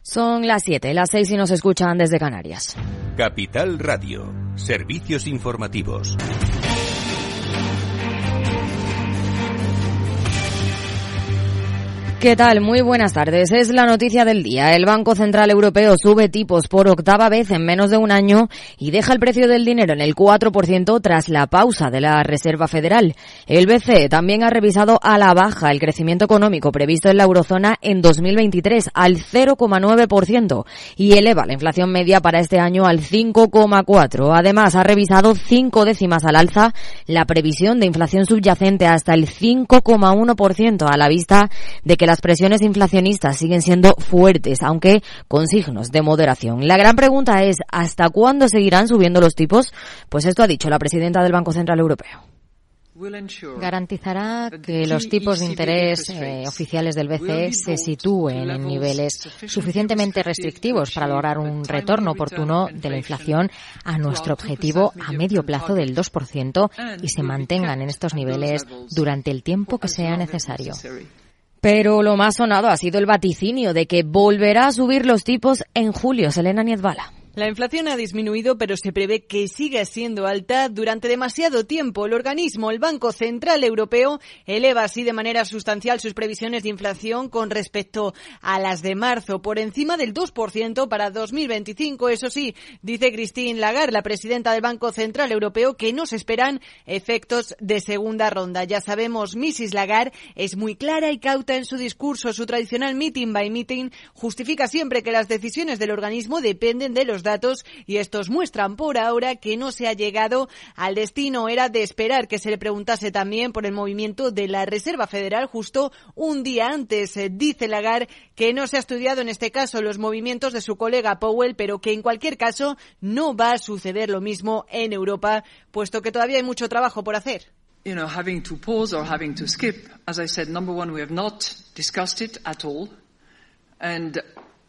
Son las 7, las 6 y nos escuchan desde Canarias. Capital Radio, servicios informativos. ¿Qué tal? Muy buenas tardes. Es la noticia del día. El Banco Central Europeo sube tipos por octava vez en menos de un año y deja el precio del dinero en el 4% tras la pausa de la Reserva Federal. El BCE también ha revisado a la baja el crecimiento económico previsto en la eurozona en 2023 al 0,9% y eleva la inflación media para este año al 5,4%. Además, ha revisado 5 décimas al alza la previsión de inflación subyacente hasta el 5,1% a la vista de que las presiones inflacionistas siguen siendo fuertes, aunque con signos de moderación. La gran pregunta es, ¿hasta cuándo seguirán subiendo los tipos? Pues esto ha dicho la presidenta del Banco Central Europeo. Garantizará que los tipos de interés oficiales del BCE se sitúen en niveles suficientemente restrictivos para lograr un retorno oportuno de la inflación a nuestro objetivo a medio plazo del 2% y se mantengan en estos niveles durante el tiempo que sea necesario. Pero lo más sonado ha sido el vaticinio de que volverá a subir los tipos en julio. Selena Niezbala. La inflación ha disminuido, pero se prevé que siga siendo alta durante demasiado tiempo. El organismo, el Banco Central Europeo, eleva así de manera sustancial sus previsiones de inflación con respecto a las de marzo, por encima del 2% para 2025. Eso sí, dice Christine Lagarde, la presidenta del Banco Central Europeo, que no se esperan efectos de segunda ronda. Ya sabemos, Mrs. Lagarde es muy clara y cauta en su discurso. Su tradicional meeting by meeting justifica siempre que las decisiones del organismo dependen de los datos y estos muestran por ahora que no se ha llegado al destino. Era de esperar que se le preguntase también por el movimiento de la Reserva Federal justo un día antes. Dice Lagarde que no se ha estudiado en este caso los movimientos de su colega Powell, pero que en cualquier caso no va a suceder lo mismo en Europa, puesto que todavía hay mucho trabajo por hacer. Having to pause or having to skip, as I said, number one, we have not discussed it at all, and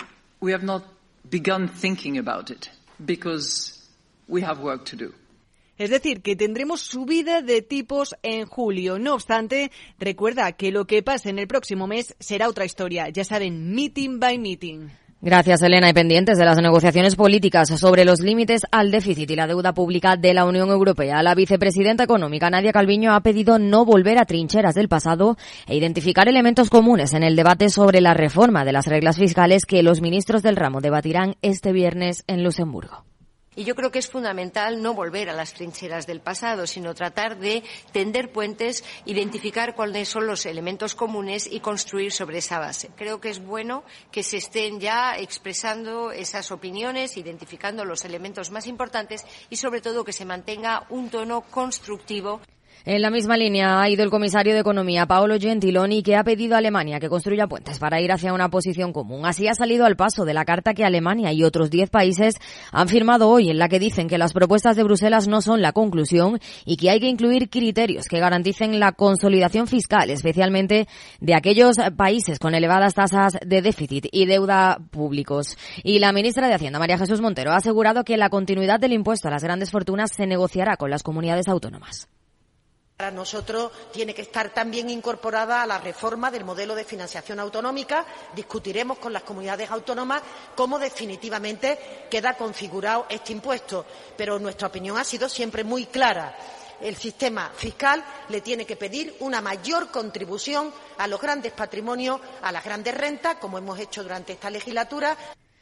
we have not begun thinking about it because we have work to do. Es decir, que tendremos subida de tipos en julio. No obstante, recuerda que lo que pase en el próximo mes será otra historia. Ya saben, meeting by meeting. Gracias, Elena. Y pendientes de las negociaciones políticas sobre los límites al déficit y la deuda pública de la Unión Europea, la vicepresidenta económica Nadia Calviño ha pedido no volver a trincheras del pasado e identificar elementos comunes en el debate sobre la reforma de las reglas fiscales que los ministros del ramo debatirán este viernes en Luxemburgo. Y yo creo que es fundamental no volver a las trincheras del pasado, sino tratar de tender puentes, identificar cuáles son los elementos comunes y construir sobre esa base. Creo que es bueno que se estén ya expresando esas opiniones, identificando los elementos más importantes y, sobre todo, que se mantenga un tono constructivo. En la misma línea ha ido el comisario de Economía, Paolo Gentiloni, que ha pedido a Alemania que construya puentes para ir hacia una posición común. Así ha salido al paso de la carta que Alemania y otros 10 países han firmado hoy, en la que dicen que las propuestas de Bruselas no son la conclusión y que hay que incluir criterios que garanticen la consolidación fiscal, especialmente de aquellos países con elevadas tasas de déficit y deuda públicos. Y la ministra de Hacienda, María Jesús Montero, ha asegurado que la continuidad del impuesto a las grandes fortunas se negociará con las comunidades autónomas. Para nosotros tiene que estar también incorporada a la reforma del modelo de financiación autonómica. Discutiremos con las comunidades autónomas cómo definitivamente queda configurado este impuesto. Pero nuestra opinión ha sido siempre muy clara. El sistema fiscal le tiene que pedir una mayor contribución a los grandes patrimonios, a las grandes rentas, como hemos hecho durante esta legislatura.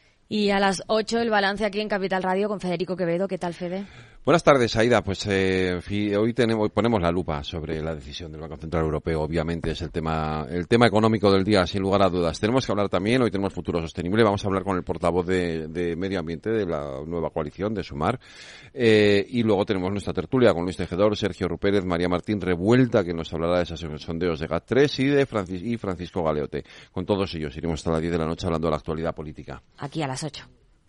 Y a las 8 el balance aquí en Capital Radio con Federico Quevedo. ¿Qué tal, Fede? Buenas tardes, Aida. Pues hoy ponemos la lupa sobre la decisión del Banco Central Europeo. Obviamente es el tema económico del día, sin lugar a dudas. Tenemos que hablar también, hoy tenemos Futuro Sostenible. Vamos a hablar con el portavoz de Medio Ambiente de la nueva coalición, de Sumar. Y luego tenemos nuestra tertulia con Luis Tejedor, Sergio Rupérez, María Martín Revuelta, que nos hablará de esos sondeos de GAT3 y Francisco Galeote. Con todos ellos iremos hasta las 10 de la noche hablando de la actualidad política. Aquí a las 8.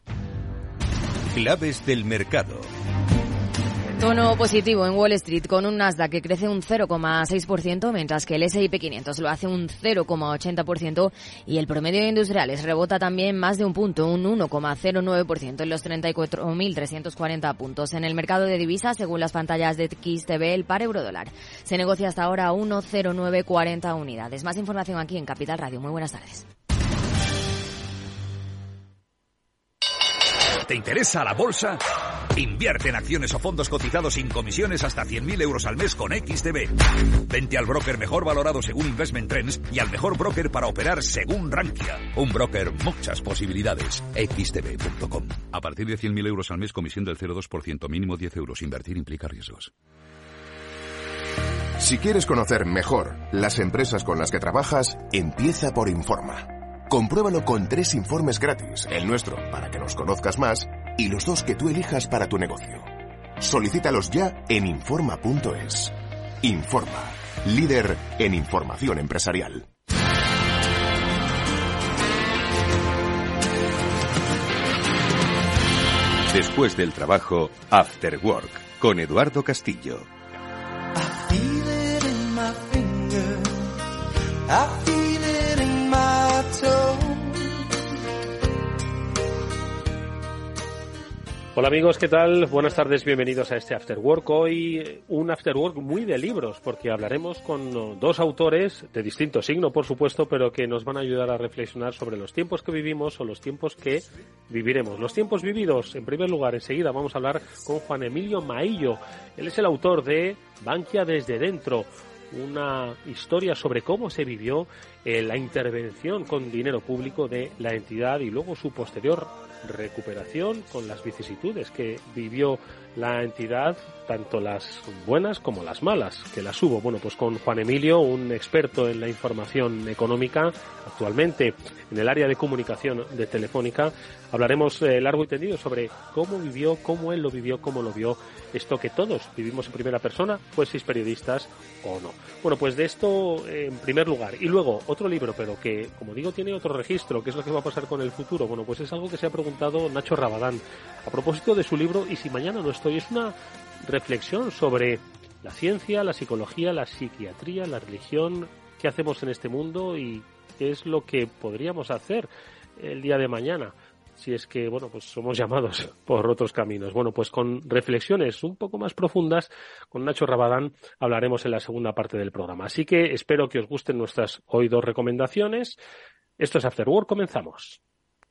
Claves del mercado. Tono positivo en Wall Street con un Nasdaq que crece un 0,6%, mientras que el S&P 500 lo hace un 0,80% y el promedio de industriales rebota también más de un punto, un 1,09% en los 34.340 puntos. En el mercado de divisas, según las pantallas de XTB, el par euro-dólar se negocia hasta ahora a 1,0940 unidades. Más información aquí en Capital Radio. Muy buenas tardes. ¿Te interesa la bolsa? Invierte en acciones o fondos cotizados sin comisiones hasta 100.000 euros al mes con XTB. Vente al broker mejor valorado según Investment Trends y al mejor broker para operar según Rankia. Un broker, muchas posibilidades. XTB.com. A partir de 100.000 euros al mes, comisión del 0,2%, mínimo 10 euros. Invertir implica riesgos. Si quieres conocer mejor las empresas con las que trabajas, empieza por Informa. Compruébalo con 3 informes gratis, el nuestro para que nos conozcas más y los 2 que tú elijas para tu negocio. Solicítalos ya en Informa.es. Informa, líder en información empresarial. Después del trabajo, After Work, con Eduardo Castillo. Hola amigos, ¿qué tal? Buenas tardes, bienvenidos a este After Work. Hoy un After Work muy de libros, porque hablaremos con 2 autores de distinto signo, por supuesto, pero que nos van a ayudar a reflexionar sobre los tiempos que vivimos o los tiempos que viviremos. Los tiempos vividos, en primer lugar, enseguida vamos a hablar con Juan Emilio Maillo. Él es el autor de Bankia desde dentro, una historia sobre cómo se vivió la intervención con dinero público de la entidad y luego su posterior recuperación con las vicisitudes que vivió la entidad, tanto las buenas como las malas, que las hubo. Bueno, pues con Juan Emilio, un experto en la información económica, actualmente en el área de comunicación de Telefónica, hablaremos largo y tendido sobre cómo vivió, cómo él lo vivió, cómo lo vio esto que todos vivimos en primera persona, fueseis periodistas o no. Bueno, pues de esto en primer lugar. Y luego otro libro, pero que, como digo, tiene otro registro, que es lo que va a pasar con el futuro. Bueno, pues es algo que se ha preguntado Nacho Rabadán a propósito de su libro Y si mañana no estoy. Es una reflexión sobre la ciencia, la psicología, la psiquiatría, la religión, qué hacemos en este mundo y qué es lo que podríamos hacer el día de mañana, si es que, bueno, pues somos llamados por otros caminos. Bueno, pues con reflexiones un poco más profundas, con Nacho Rabadán hablaremos en la segunda parte del programa. Así que espero que os gusten nuestras hoy 2 recomendaciones. Esto es After Work, comenzamos.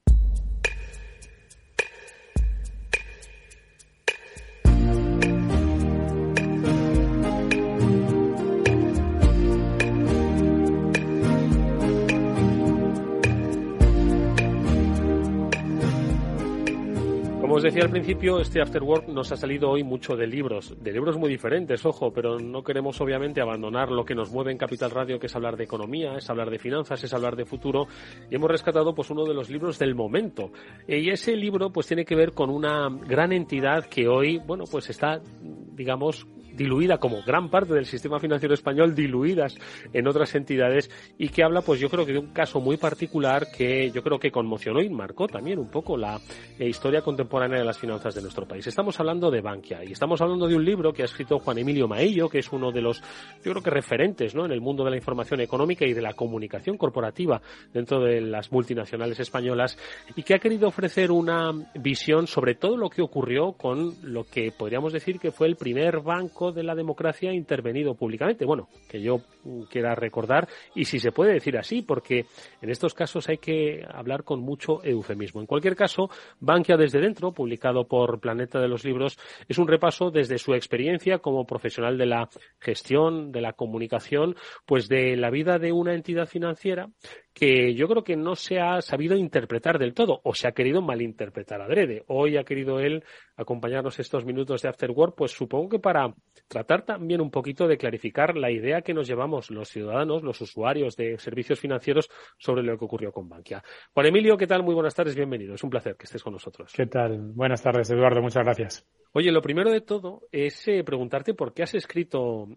Como os decía al principio, este After Work nos ha salido hoy mucho de libros muy diferentes, ojo, pero no queremos obviamente abandonar lo que nos mueve en Capital Radio, que es hablar de economía, es hablar de finanzas, es hablar de futuro, y hemos rescatado pues uno de los libros del momento. Y ese libro pues tiene que ver con una gran entidad que hoy, bueno, pues está, digamos, diluida, como gran parte del sistema financiero español, diluidas en otras entidades, y que habla, pues yo creo que de un caso muy particular que yo creo que conmocionó y marcó también un poco la historia contemporánea de las finanzas de nuestro país. Estamos hablando de Bankia y estamos hablando de un libro que ha escrito Juan Emilio Maillo, que es uno de los, yo creo que referentes, ¿no?, en el mundo de la información económica y de la comunicación corporativa dentro de las multinacionales españolas, y que ha querido ofrecer una visión sobre todo lo que ocurrió con lo que podríamos decir que fue el primer banco de la democracia intervenido públicamente. Bueno, que yo quiera recordar, y si se puede decir así, porque en estos casos hay que hablar con mucho eufemismo. En cualquier caso, Bankia desde dentro, publicado por Planeta de los Libros, es un repaso desde su experiencia como profesional de la gestión, de la comunicación, pues de la vida de una entidad financiera que yo creo que no se ha sabido interpretar del todo, o se ha querido malinterpretar adrede. Hoy ha querido él acompañarnos estos minutos de After Work, pues supongo que para tratar también un poquito de clarificar la idea que nos llevamos los ciudadanos, los usuarios de servicios financieros sobre lo que ocurrió con Bankia. Juan Emilio, ¿qué tal? Muy buenas tardes, bienvenido. Es un placer que estés con nosotros. ¿Qué tal? Buenas tardes, Eduardo, muchas gracias. Oye, lo primero de todo es preguntarte por qué has escrito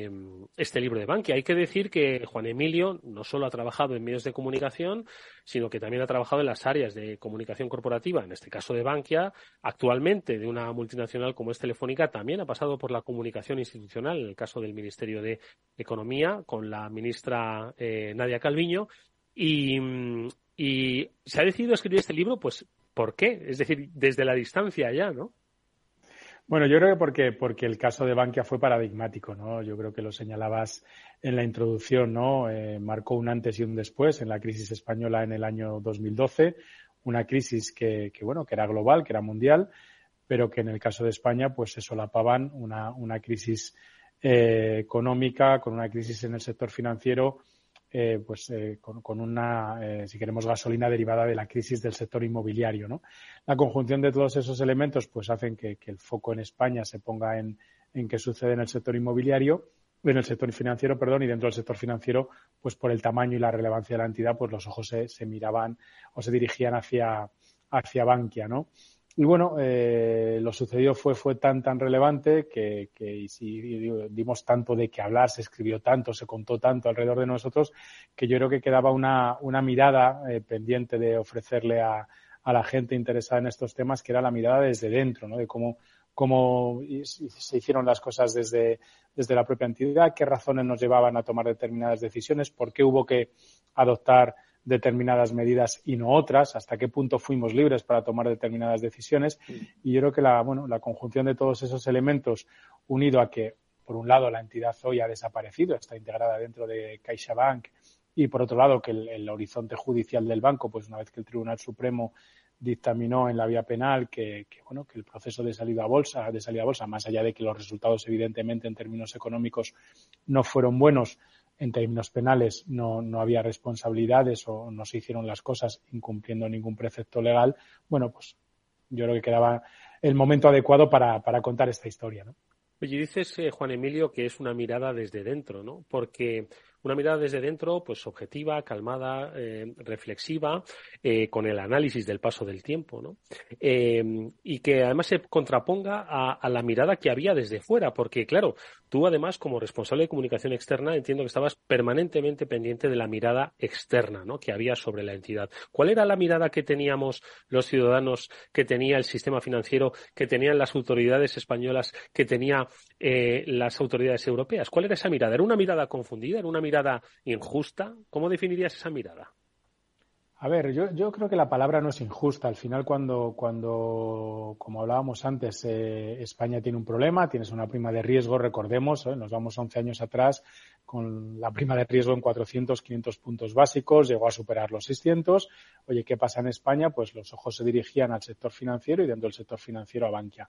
este libro de Bankia. Hay que decir que Juan Emilio no solo ha trabajado en medios de comunicación, sino que también ha trabajado en las áreas de comunicación corporativa, en este caso de Bankia, actualmente de una multinacional como es Telefónica, también ha pasado por la comunicación institucional, en el caso del Ministerio de Economía, con la ministra Nadia Calviño, y se ha decidido escribir este libro, pues, ¿por qué? Es decir, desde la distancia ya, ¿no? Bueno, yo creo que porque el caso de Bankia fue paradigmático, ¿no? Yo creo que lo señalabas en la introducción, ¿no? Marcó un antes y un después en la crisis española en el año 2012, una crisis que era global, que era mundial, pero que en el caso de España pues se solapaban una crisis económica con una crisis en el sector financiero, con una, si queremos, gasolina derivada de la crisis del sector inmobiliario, ¿no? La conjunción de todos esos elementos pues hacen que el foco en España se ponga en qué sucede en el sector inmobiliario, en el sector financiero, perdón, y dentro del sector financiero, pues por el tamaño y la relevancia de la entidad, pues los ojos se miraban o se dirigían hacia Bankia, ¿no? Y bueno, lo sucedido fue tan relevante que dimos tanto de qué hablar, se escribió tanto, se contó tanto alrededor de nosotros, que yo creo que quedaba una mirada pendiente de ofrecerle a la gente interesada en estos temas, que era la mirada desde dentro, ¿no? De cómo se hicieron las cosas desde la propia entidad, qué razones nos llevaban a tomar determinadas decisiones, por qué hubo que adoptar determinadas medidas y no otras, hasta qué punto fuimos libres para tomar determinadas decisiones. Y yo creo que la conjunción de todos esos elementos, unido a que, por un lado, la entidad hoy ha desaparecido, está integrada dentro de CaixaBank, y por otro lado, que el horizonte judicial del banco, pues una vez que el Tribunal Supremo dictaminó en la vía penal que el proceso de salida a bolsa, más allá de que los resultados evidentemente en términos económicos no fueron buenos, en términos penales no había responsabilidades o no se hicieron las cosas incumpliendo ningún precepto legal, bueno, pues yo creo que quedaba el momento adecuado para contar esta historia, ¿no? Oye, dices, Juan Emilio, que es una mirada desde dentro, ¿no? Porque una mirada desde dentro, pues objetiva, calmada, reflexiva, con el análisis del paso del tiempo, ¿no? Y que además se contraponga a la mirada que había desde fuera, porque claro, tú además como responsable de comunicación externa entiendo que estabas permanentemente pendiente de la mirada externa, ¿no? Que había sobre la entidad. ¿Cuál era la mirada que teníamos los ciudadanos, que tenía el sistema financiero, que tenían las autoridades españolas, que tenía las autoridades europeas? ¿Cuál era esa mirada? ¿Era una mirada confundida? ¿Era una mirada injusta? ¿Cómo definirías esa mirada? A ver, yo creo que la palabra no es injusta. Al final, cuando como hablábamos antes, España tiene un problema, tienes una prima de riesgo, recordemos, nos vamos 11 años atrás, con la prima de riesgo en 400, 500 puntos básicos, llegó a superar los 600. Oye, ¿qué pasa en España? Pues los ojos se dirigían al sector financiero y dentro del sector financiero a Bankia.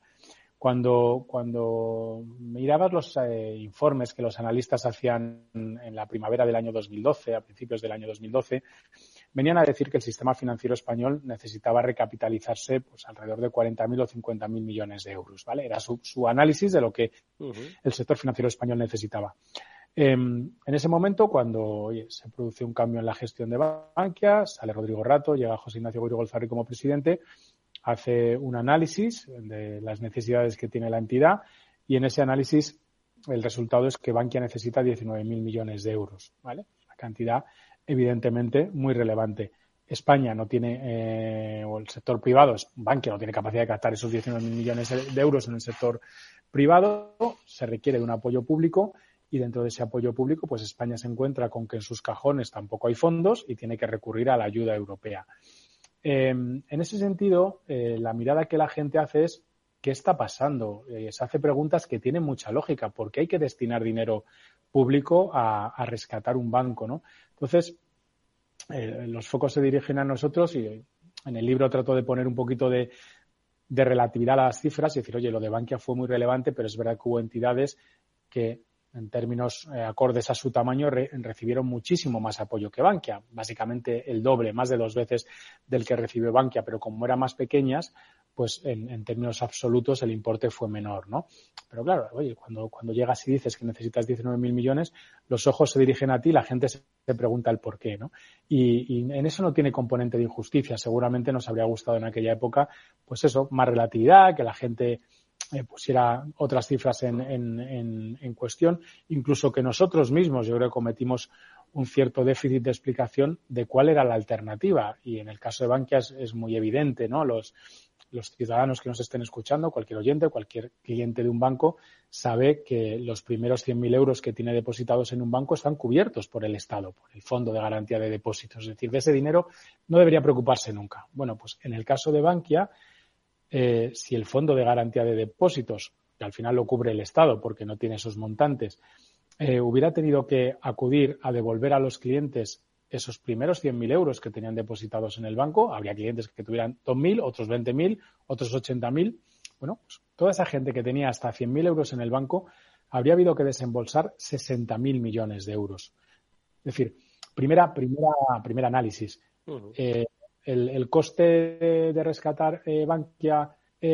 Cuando mirabas los informes que los analistas hacían en la primavera del año 2012, a principios del año 2012, venían a decir que el sistema financiero español necesitaba recapitalizarse pues alrededor de 40.000 o 50.000 millones de euros, ¿vale? Era su análisis de lo que el sector financiero español necesitaba. En ese momento, cuando se produce un cambio en la gestión de Bankia, sale Rodrigo Rato, llega José Ignacio Gurigolzarri como presidente, hace un análisis de las necesidades que tiene la entidad y en ese análisis el resultado es que Bankia necesita 19.000 millones de euros, ¿vale? Una cantidad evidentemente muy relevante. España no tiene, o el sector privado, Bankia no tiene capacidad de captar esos 19.000 millones de euros en el sector privado, se requiere de un apoyo público y dentro de ese apoyo público pues España se encuentra con que en sus cajones tampoco hay fondos y tiene que recurrir a la ayuda europea. En ese sentido, la mirada que la gente hace es ¿qué está pasando? Se hace preguntas que tienen mucha lógica. ¿Por qué hay que destinar dinero público a rescatar un banco, ¿no? Entonces, los focos se dirigen a nosotros y en el libro trato de poner un poquito de relatividad a las cifras y decir, oye, lo de Bankia fue muy relevante, pero es verdad que hubo entidades que en términos acordes a su tamaño recibieron muchísimo más apoyo que Bankia, básicamente el doble, más de 2 veces del que recibió Bankia, pero como eran más pequeñas, pues en términos absolutos el importe fue menor, ¿no? Pero claro, oye, cuando llegas y dices que necesitas 19.000 millones, los ojos se dirigen a ti, la gente se pregunta el por qué, ¿no? Y en eso no tiene componente de injusticia, seguramente nos habría gustado en aquella época, pues eso, más relatividad, que la gente pusiera otras cifras en cuestión, incluso que nosotros mismos, yo creo que cometimos un cierto déficit de explicación de cuál era la alternativa. Y en el caso de Bankia es muy evidente, ¿no? Los ciudadanos que nos estén escuchando, cualquier oyente, cualquier cliente de un banco, sabe que los primeros 100.000 euros que tiene depositados en un banco están cubiertos por el Estado, por el Fondo de Garantía de Depósitos. Es decir, de ese dinero no debería preocuparse nunca. Bueno, pues en el caso de Bankia, si el Fondo de Garantía de Depósitos, que al final lo cubre el Estado porque no tiene esos montantes, hubiera tenido que acudir a devolver a los clientes esos primeros 100.000 euros que tenían depositados en el banco. Habría clientes que tuvieran 2.000, otros 20.000, otros 80.000. Bueno, pues toda esa gente que tenía hasta 100.000 euros en el banco habría habido que desembolsar 60.000 millones de euros. Es decir, primer análisis. Uh-huh. ¿El coste de rescatar Bankia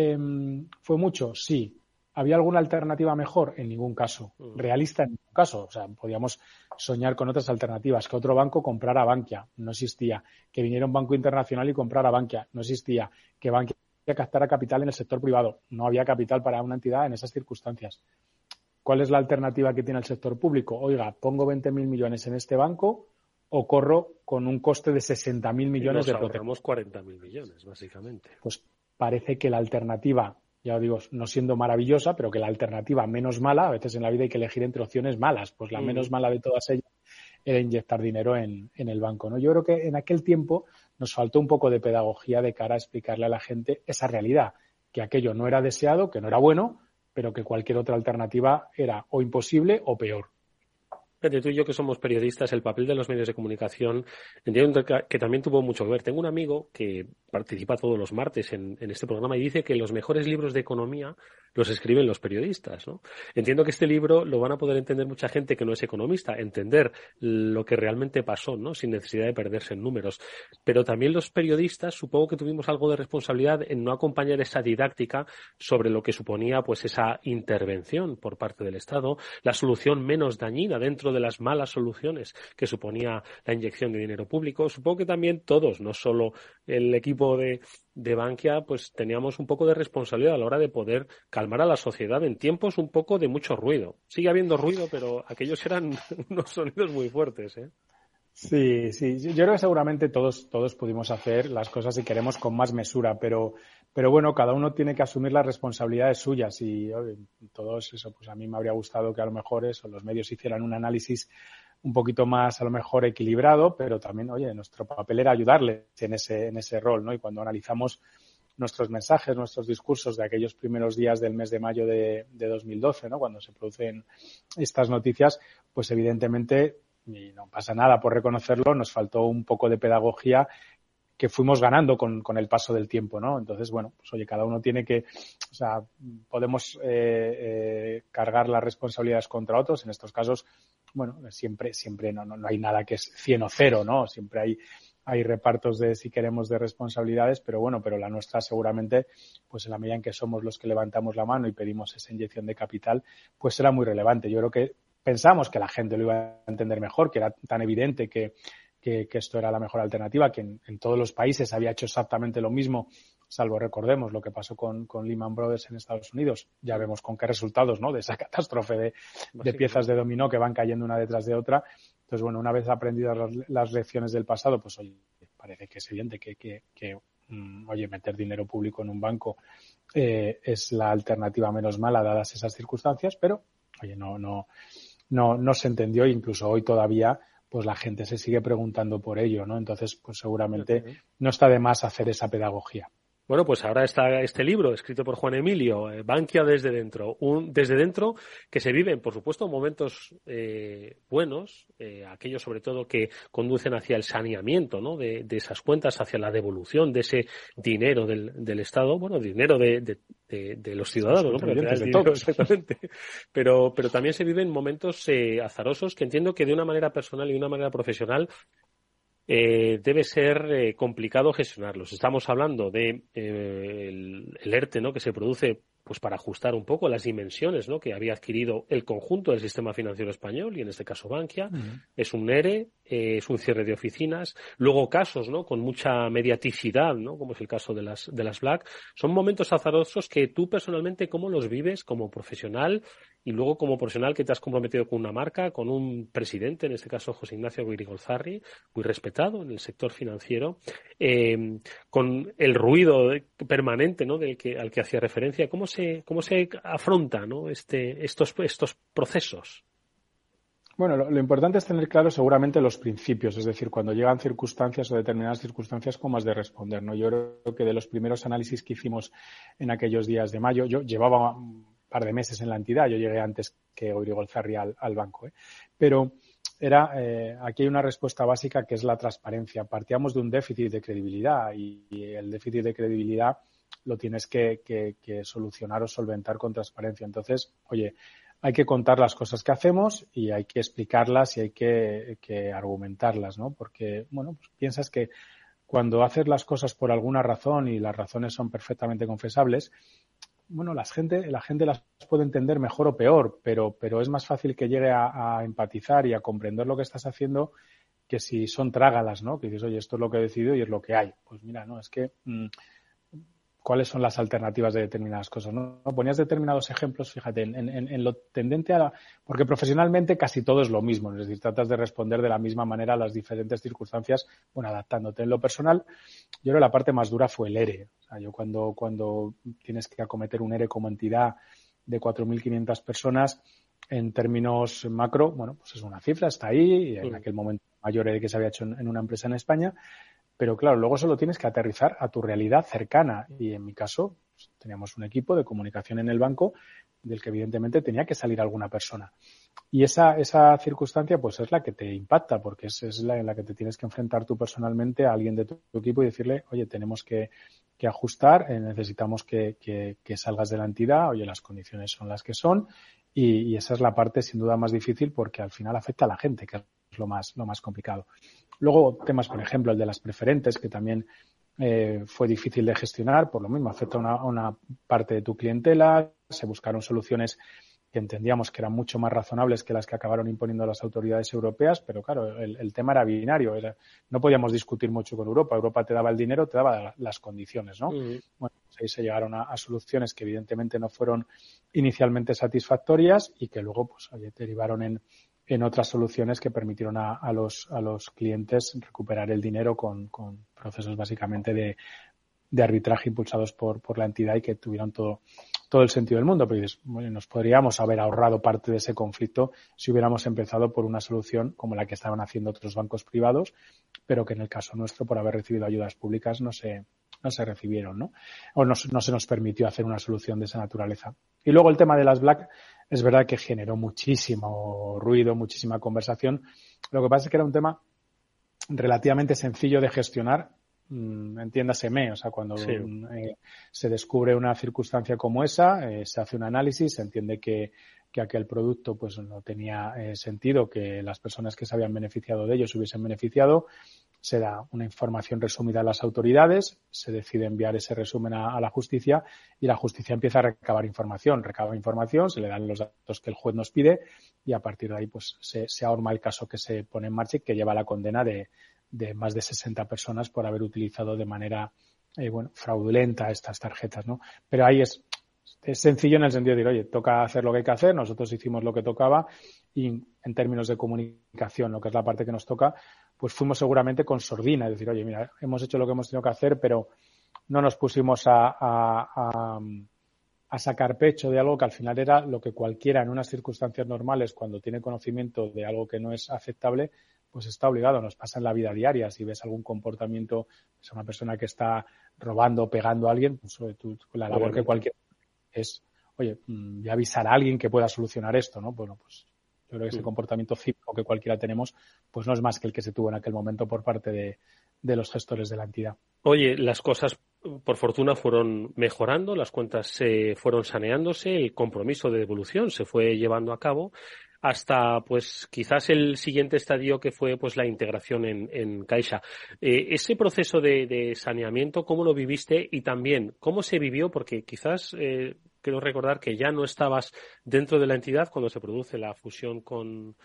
fue mucho? Sí. ¿Había alguna alternativa mejor? En ningún caso. ¿Realista? En ningún caso. O sea, podíamos soñar con otras alternativas. Que otro banco comprara Bankia. No existía. Que viniera un banco internacional y comprara Bankia. No existía. Que Bankia captara capital en el sector privado. No había capital para una entidad en esas circunstancias. ¿Cuál es la alternativa que tiene el sector público? Oiga, pongo 20.000 millones en este banco o corro con un coste de 60.000 millones de protección. Nos ahorramos 40.000 millones, básicamente. Pues parece que la alternativa, ya os digo, no siendo maravillosa, pero que la alternativa menos mala, a veces en la vida hay que elegir entre opciones malas, pues la menos mala de todas ellas era inyectar dinero en el banco, ¿no? Yo creo que en aquel tiempo nos faltó un poco de pedagogía de cara a explicarle a la gente esa realidad, que aquello no era deseado, que no era bueno, pero que cualquier otra alternativa era o imposible o peor. Entre tú y yo, que somos periodistas, el papel de los medios de comunicación entiendo que también tuvo mucho que ver. Tengo un amigo que participa todos los martes en este programa y dice que los mejores libros de economía los escriben los periodistas, ¿no? Entiendo que este libro lo van a poder entender mucha gente que no es economista, entender lo que realmente pasó, ¿no? Sin necesidad de perderse en números. Pero también los periodistas supongo que tuvimos algo de responsabilidad en no acompañar esa didáctica sobre lo que suponía pues esa intervención por parte del Estado, la solución menos dañina dentro de las malas soluciones que suponía la inyección de dinero público. Supongo que también todos, no solo el equipo de Bankia, pues teníamos un poco de responsabilidad a la hora de poder calmar a la sociedad en tiempos un poco de mucho ruido. Sigue habiendo ruido, pero aquellos eran unos sonidos muy fuertes, ¿eh? Sí. Yo creo que seguramente todos pudimos hacer las cosas, si queremos, con más mesura, pero bueno, cada uno tiene que asumir las responsabilidades suyas y todos eso, pues a mí me habría gustado que a lo mejor los medios hicieran un análisis un poquito más, a lo mejor, equilibrado, pero también, nuestro papel era ayudarles en ese rol, ¿no? Y cuando analizamos nuestros mensajes, nuestros discursos de aquellos primeros días del mes de mayo de 2012, ¿no? Cuando se producen estas noticias, pues evidentemente, y no pasa nada por reconocerlo, nos faltó un poco de pedagogía que fuimos ganando con el paso del tiempo, ¿no? Entonces, pues cada uno tiene que, podemos cargar las responsabilidades contra otros. En estos casos, siempre no hay nada que es 100 o 0, ¿no? Siempre hay repartos si queremos, de responsabilidades, pero la nuestra seguramente, pues en la medida en que somos los que levantamos la mano y pedimos esa inyección de capital, pues era muy relevante. Yo creo que pensamos que la gente lo iba a entender mejor, que era tan evidente que esto era la mejor alternativa, que en todos los países había hecho exactamente lo mismo, salvo, recordemos, lo que pasó con Lehman Brothers en Estados Unidos. Ya vemos con qué resultados, ¿no? De esa catástrofe de piezas de dominó que van cayendo una detrás de otra. Entonces, una vez aprendidas las lecciones del pasado, pues parece que es evidente que meter dinero público en un banco es la alternativa menos mala dadas esas circunstancias, pero, no se entendió, incluso hoy todavía pues la gente se sigue preguntando por ello, ¿no? Entonces, pues seguramente no está de más hacer esa pedagogía. Bueno, pues ahora está este libro escrito por Juan Emilio, Bankia desde dentro, desde dentro que se viven, por supuesto, momentos buenos, aquellos sobre todo que conducen hacia el saneamiento, ¿no? De esas cuentas, hacia la devolución de ese dinero del Estado, dinero de los ciudadanos, ¿no? Porque de todos. Exactamente. Pero también se viven momentos azarosos que entiendo que de una manera personal y de una manera profesional debe ser complicado gestionarlos. Estamos hablando de el ERTE, ¿no? Que se produce pues para ajustar un poco las dimensiones, ¿no? Que había adquirido el conjunto del sistema financiero español y en este caso Bankia. Es un ERE, es un cierre de oficinas. Luego casos, ¿no? Con mucha mediaticidad, ¿no? Como es el caso de las Black. Son momentos azarosos que tú personalmente, ¿cómo los vives como profesional? Y luego como profesional que te has comprometido con una marca, con un presidente, en este caso José Ignacio Aguirre-Golzarri, muy respetado en el sector financiero, con el ruido permanente, ¿no? al que hacía referencia. ¿Cómo se afronta, ¿no? estos procesos? Bueno, lo importante es tener claro seguramente los principios, es decir, cuando llegan circunstancias o determinadas circunstancias, cómo has de responder, ¿no? Yo creo que de los primeros análisis que hicimos en aquellos días de mayo, yo llevaba un par de meses en la entidad, yo llegué antes que Aguirre-Golzarri al banco, pero aquí hay una respuesta básica que es la transparencia. Partíamos de un déficit de credibilidad y el déficit de credibilidad lo tienes que solucionar o solventar con transparencia. Entonces, oye, hay que contar las cosas que hacemos y hay que explicarlas y hay que argumentarlas, ¿no? Porque, bueno, pues piensas que cuando haces las cosas por alguna razón y las razones son perfectamente confesables, bueno, la gente las puede entender mejor o peor, pero es más fácil que llegue a empatizar y a comprender lo que estás haciendo que si son trágalas, ¿no? Que dices, oye, esto es lo que he decidido y es lo que hay. Pues mira, no, es que cuáles son las alternativas de determinadas cosas, ¿no? Ponías determinados ejemplos, fíjate, en lo tendente porque profesionalmente casi todo es lo mismo, es decir, tratas de responder de la misma manera a las diferentes circunstancias, bueno, adaptándote. En lo personal, yo creo que la parte más dura fue el ERE. O sea, yo cuando tienes que acometer un ERE como entidad de 4.500 personas, en términos macro, bueno, pues es una cifra, está ahí, y en aquel momento mayor ERE que se había hecho en una empresa en España. Pero claro, luego solo tienes que aterrizar a tu realidad cercana. Y en mi caso, pues, teníamos un equipo de comunicación en el banco del que evidentemente tenía que salir alguna persona. Y esa circunstancia pues es la que te impacta, porque es la en la que te tienes que enfrentar tú personalmente a alguien de tu equipo y decirle, oye, tenemos que ajustar, necesitamos que salgas de la entidad, oye, las condiciones son las que son. Y esa es la parte sin duda más difícil porque al final afecta a la gente, que es lo más complicado. Luego temas, por ejemplo, el de las preferentes, que también fue difícil de gestionar, por lo mismo afecta a una parte de tu clientela. Se buscaron soluciones que entendíamos que eran mucho más razonables que las que acabaron imponiendo las autoridades europeas, pero claro, el tema era binario. No podíamos discutir mucho con Europa. Europa te daba el dinero, te daba las condiciones, ¿no? Bueno, pues ahí se llegaron a soluciones que evidentemente no fueron inicialmente satisfactorias y que luego pues derivaron en otras soluciones que permitieron a los clientes recuperar el dinero con procesos básicamente de arbitraje impulsados por la entidad y que tuvieron todo el sentido del mundo. Pero bueno, nos podríamos haber ahorrado parte de ese conflicto si hubiéramos empezado por una solución como la que estaban haciendo otros bancos privados, pero que en el caso nuestro, por haber recibido ayudas públicas, no se recibieron, ¿no? O no se nos permitió hacer una solución de esa naturaleza. Y luego el tema de las Black, es verdad que generó muchísimo ruido, muchísima conversación. Lo que pasa es que era un tema relativamente sencillo de gestionar, entiéndaseme, o sea, cuando se descubre una circunstancia como esa, se hace un análisis, se entiende que aquel producto pues no tenía sentido, que las personas que se habían beneficiado de ellos se hubiesen beneficiado, se da una información resumida a las autoridades, se decide enviar ese resumen a la justicia y la justicia empieza a recaba información, se le dan los datos que el juez nos pide y a partir de ahí pues se ahorma el caso que se pone en marcha y que lleva la condena de más de 60 personas por haber utilizado de manera fraudulenta estas tarjetas, ¿no? Pero ahí es sencillo en el sentido de decir, oye, toca hacer lo que hay que hacer, nosotros hicimos lo que tocaba y en términos de comunicación, lo que es la parte que nos toca, pues fuimos seguramente con sordina, es decir, oye, mira, hemos hecho lo que hemos tenido que hacer, pero no nos pusimos a sacar pecho de algo que al final era lo que cualquiera en unas circunstancias normales, cuando tiene conocimiento de algo que no es aceptable, pues está obligado. Nos pasa en la vida diaria. Si ves algún comportamiento, es una persona que está robando o pegando a alguien, pues la labor que cualquiera es, oye, voy a avisar a alguien que pueda solucionar esto, ¿no? Bueno, pues yo creo que ese comportamiento cívico que cualquiera tenemos, pues no es más que el que se tuvo en aquel momento por parte de los gestores de la entidad. Oye, las cosas por fortuna fueron mejorando, las cuentas se fueron saneándose, el compromiso de devolución se fue llevando a cabo hasta pues quizás el siguiente estadio que fue pues la integración en Caixa. Ese proceso de saneamiento, ¿cómo lo viviste? Y también, ¿cómo se vivió? Porque quizás quiero recordar que ya no estabas dentro de la entidad cuando se produce la fusión con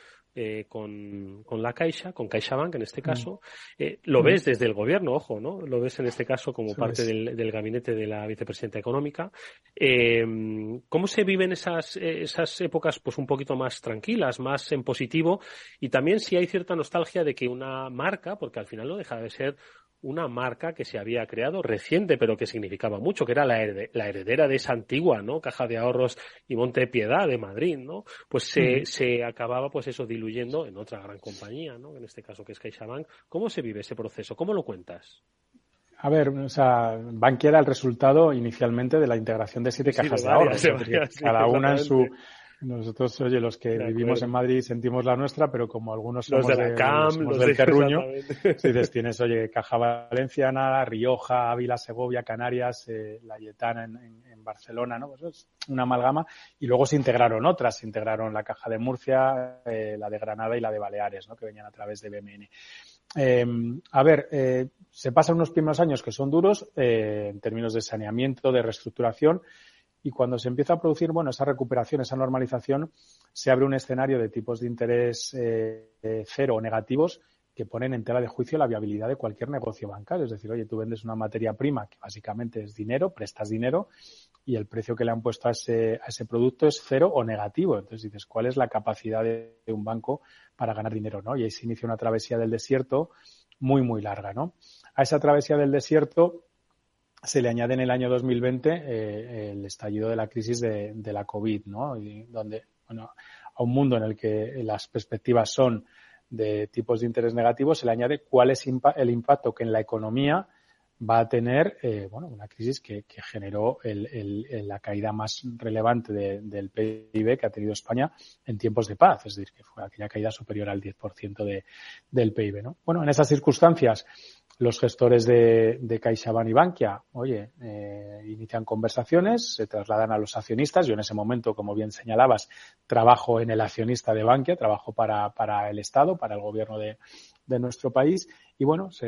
la Caixa, con CaixaBank en este caso. Lo ves desde el gobierno, ojo, ¿no? Lo ves en este caso como parte del gabinete de la vicepresidenta económica. ¿Cómo se viven esas épocas pues un poquito más tranquilas, más en positivo? Y también si hay cierta nostalgia de que una marca, porque al final no deja de ser una marca que se había creado reciente, pero que significaba mucho, que era la heredera de esa antigua, ¿no? Caja de Ahorros y Monte de Piedad de Madrid, ¿no? Pues se acababa, pues eso, diluyendo en otra gran compañía, ¿no? En este caso que es CaixaBank. ¿Cómo se vive ese proceso? ¿Cómo lo cuentas? A ver, o sea, Bankia era el resultado inicialmente de la integración de 7 cajas de ahorros. Cada una Nosotros, oye, los que vivimos en Madrid sentimos la nuestra, pero como algunos somos los de la CAM, somos del terruño, si dices, tienes, oye, Caja Valenciana, Rioja, Ávila, Segovia, Canarias, La Lletana en Barcelona, ¿no? Pues es una amalgama. Y luego se integraron otras, se integraron la Caja de Murcia, la de Granada y la de Baleares, ¿no? Que venían a través de BMN. Se pasan unos primeros años que son duros en términos de saneamiento, de reestructuración, y cuando se empieza a producir, esa recuperación, esa normalización, se abre un escenario de tipos de interés cero o negativos que ponen en tela de juicio la viabilidad de cualquier negocio bancario. Es decir, oye, tú vendes una materia prima que básicamente es dinero, prestas dinero, y el precio que le han puesto a ese producto es cero o negativo. Entonces dices, ¿cuál es la capacidad de un banco para ganar dinero, ¿no? Y ahí se inicia una travesía del desierto muy, muy larga, ¿no? A esa travesía del desierto se le añade en el año 2020 el estallido de la crisis de la COVID, ¿no? Y donde, a un mundo en el que las perspectivas son de tipos de interés negativos, se le añade cuál es el impacto que en la economía va a tener, una crisis que generó la caída más relevante del PIB que ha tenido España en tiempos de paz, es decir, que fue aquella caída superior al 10% del PIB, ¿no? Bueno, en esas circunstancias, los gestores de CaixaBank y Bankia, inician conversaciones, se trasladan a los accionistas. Yo en ese momento, como bien señalabas, trabajo en el accionista de Bankia, trabajo para el Estado, para el gobierno de nuestro país, y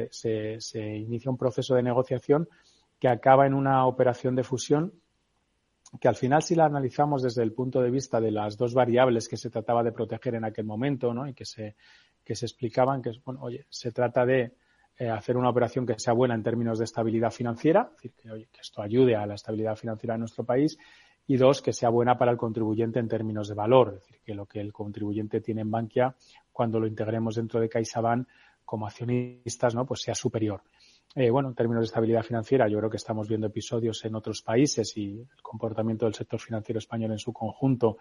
se inicia un proceso de negociación que acaba en una operación de fusión que al final, si la analizamos desde el punto de vista de las dos variables que se trataba de proteger en aquel momento, ¿no? Y que se explicaban, que se trata de hacer una operación que sea buena en términos de estabilidad financiera, es decir, que esto ayude a la estabilidad financiera de nuestro país, y dos, que sea buena para el contribuyente en términos de valor, es decir, que lo que el contribuyente tiene en Bankia, cuando lo integremos dentro de CaixaBank como accionistas, ¿no? Pues sea superior. En términos de estabilidad financiera, yo creo que estamos viendo episodios en otros países y el comportamiento del sector financiero español en su conjunto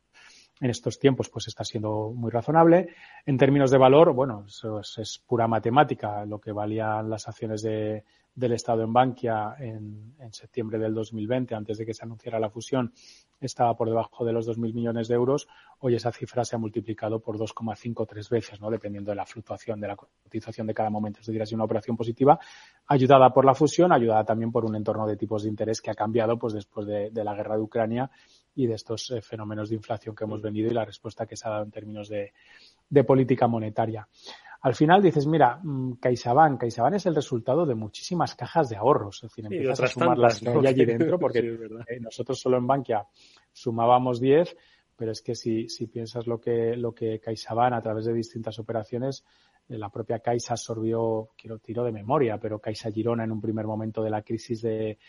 en estos tiempos pues está siendo muy razonable. En términos de valor, eso es pura matemática. Lo que valían las acciones del Estado en Bankia en septiembre del 2020, antes de que se anunciara la fusión, estaba por debajo de los 2.000 millones de euros. Hoy esa cifra se ha multiplicado por 2,5 o 3 veces, ¿no? Dependiendo de la fluctuación de la cotización de cada momento. Es decir, ha sido una operación positiva, ayudada por la fusión, ayudada también por un entorno de tipos de interés que ha cambiado pues después de la guerra de Ucrania y de estos fenómenos de inflación que hemos venido y la respuesta que se ha dado en términos de política monetaria. Al final dices, mira, CaixaBank es el resultado de muchísimas cajas de ahorros. Es decir, empiezas a sumar las que hay allí dentro, porque sí, nosotros solo en Bankia sumábamos 10, pero es que si piensas lo que CaixaBank a través de distintas operaciones, la propia Caixa absorbió, tiro de memoria, pero Caixa Girona en un primer momento de la crisis de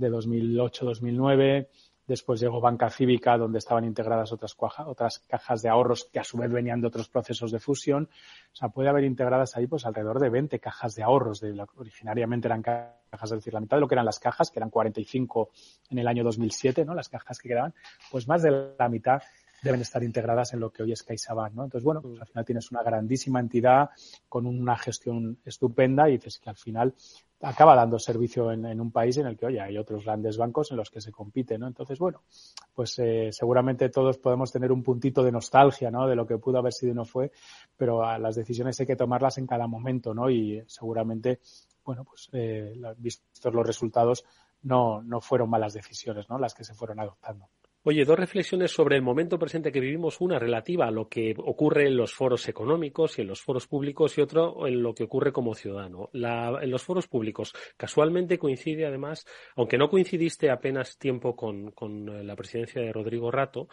2008-2009, después llegó Banca Cívica, donde estaban integradas otras cajas de ahorros que a su vez venían de otros procesos de fusión. O sea, puede haber integradas ahí pues alrededor de 20 cajas de ahorros. Originariamente eran cajas, es decir, la mitad de lo que eran las cajas, que eran 45 en el año 2007, ¿no? Las cajas que quedaban, pues más de la mitad deben estar integradas en lo que hoy es CaixaBank, ¿no? Entonces, pues al final tienes una grandísima entidad con una gestión estupenda y dices que al final acaba dando servicio en un país en el que, hay otros grandes bancos en los que se compite, ¿no? Entonces, pues seguramente todos podemos tener un puntito de nostalgia, ¿no? De lo que pudo haber sido y no fue, pero las decisiones hay que tomarlas en cada momento, ¿no? Y seguramente, vistos los resultados, no fueron malas decisiones, ¿no? Las que se fueron adoptando. Oye, dos reflexiones sobre el momento presente que vivimos, una relativa a lo que ocurre en los foros económicos y en los foros públicos y otro en lo que ocurre como ciudadano. En los foros públicos, casualmente coincide además, aunque no coincidiste apenas tiempo con la presidencia de Rodrigo Rato,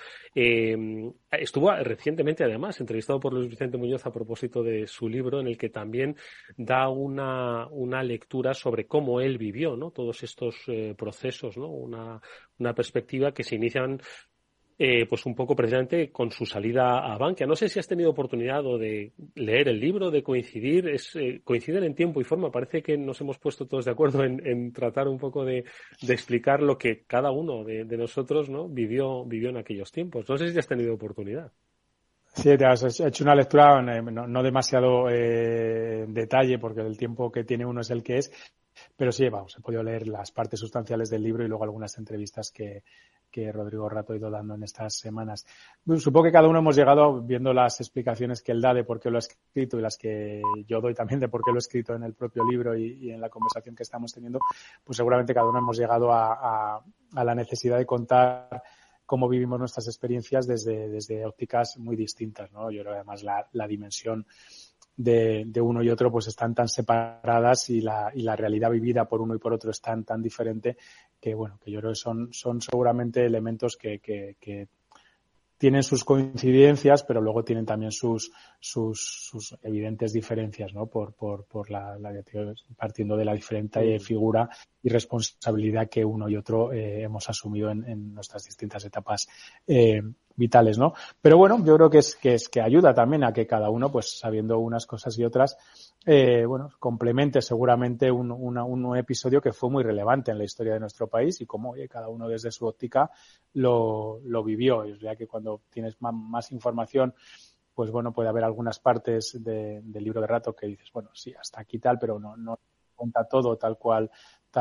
estuvo recientemente además entrevistado por Luis Vicente Muñoz a propósito de su libro en el que también da una lectura sobre cómo él vivió, ¿no? Todos estos procesos, ¿no? Una perspectiva que se inician pues un poco precisamente con su salida a Bankia. No sé si has tenido oportunidad de leer el libro, de coincidir. Coinciden en tiempo y forma. Parece que nos hemos puesto todos de acuerdo en tratar un poco de explicar lo que cada uno de nosotros, ¿no? vivió en aquellos tiempos. No sé si has tenido oportunidad. Sí, te has hecho una lectura no demasiado en detalle, porque el tiempo que tiene uno es el que es. Pero sí, vamos, he podido leer las partes sustanciales del libro y luego algunas entrevistas que Rodrigo Rato ha ido dando en estas semanas. Bueno, supongo que cada uno hemos llegado, viendo las explicaciones que él da de por qué lo ha escrito y las que yo doy también de por qué lo he escrito en el propio libro y en la conversación que estamos teniendo, pues seguramente cada uno hemos llegado a la necesidad de contar cómo vivimos nuestras experiencias desde ópticas muy distintas, ¿no? Yo creo que además la dimensión de uno y otro pues están tan separadas y la realidad vivida por uno y por otro es tan diferente que bueno, que yo creo que son seguramente elementos que tienen sus coincidencias, pero luego tienen también sus evidentes diferencias, ¿no? Por partiendo de la diferente figura y responsabilidad que uno y otro hemos asumido en nuestras distintas etapas vitales, ¿no? Pero bueno, yo creo que ayuda también a que cada uno, pues sabiendo unas cosas y otras, complemente seguramente un episodio que fue muy relevante en la historia de nuestro país y cómo cada uno desde su óptica lo vivió. Y es verdad que cuando tienes más información, pues bueno, puede haber algunas partes del libro de Rato que dices, bueno, sí, hasta aquí tal, pero no cuenta todo tal cual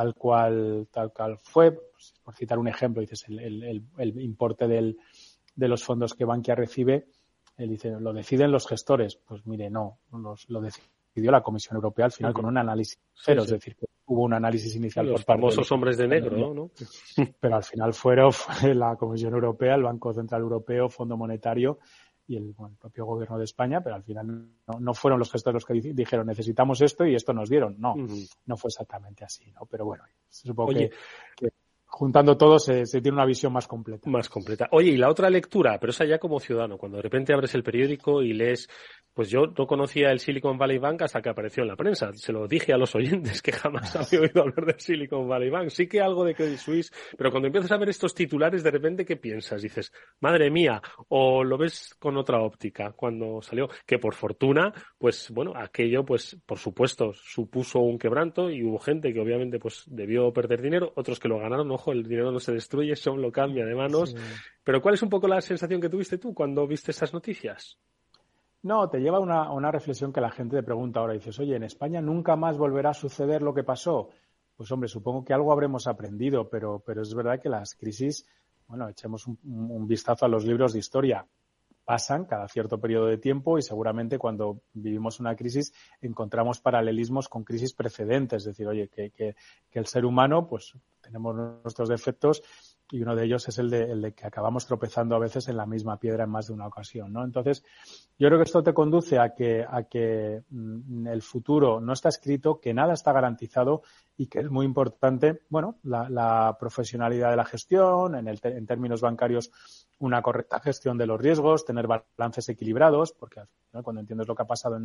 fue. Pues, por citar un ejemplo, dices el importe de los fondos que Bankia recibe, él dice, lo deciden los gestores. Pues mire, no, lo decidió la Comisión Europea al final con un análisis cero, es decir, que hubo un análisis inicial los por parte famosos de hombres de negro, ¿no? Pero al final fue la Comisión Europea, el Banco Central Europeo, Fondo Monetario y el propio Gobierno de España, pero al final no fueron los gestores los que dijeron necesitamos esto y esto nos dieron. No, no fue exactamente así, ¿no? Pero bueno, supongo que juntando todo se tiene una visión más completa. Más completa. Oye, y la otra lectura, pero esa ya como ciudadano, cuando de repente abres el periódico y lees, pues yo no conocía el Silicon Valley Bank hasta que apareció en la prensa. Se lo dije a los oyentes que jamás había oído hablar del Silicon Valley Bank. Sí que algo de Credit Suisse, pero cuando empiezas a ver estos titulares, de repente, ¿qué piensas? Dices, madre mía, o lo ves con otra óptica cuando salió, que por fortuna, pues bueno, aquello, pues por supuesto, supuso un quebranto y hubo gente que obviamente pues debió perder dinero, otros que lo ganaron. Ojo, el dinero no se destruye, solo lo cambia de manos. Sí. Pero ¿cuál es un poco la sensación que tuviste tú cuando viste estas noticias? No, te lleva a una reflexión que la gente te pregunta ahora. Dices, oye, ¿en España nunca más volverá a suceder lo que pasó? Pues hombre, supongo que algo habremos aprendido, pero es verdad que las crisis, bueno, echemos un vistazo a los libros de historia. Pasan cada cierto periodo de tiempo y seguramente cuando vivimos una crisis encontramos paralelismos con crisis precedentes. Es decir, oye, que el ser humano, pues tenemos nuestros defectos y uno de ellos es el de que acabamos tropezando a veces en la misma piedra en más de una ocasión, ¿no? Entonces, yo creo que esto te conduce a que el futuro no está escrito, que nada está garantizado y que es muy importante, bueno, la profesionalidad de la gestión, en términos bancarios, una correcta gestión de los riesgos, tener balances equilibrados, porque al final, cuando entiendes lo que ha pasado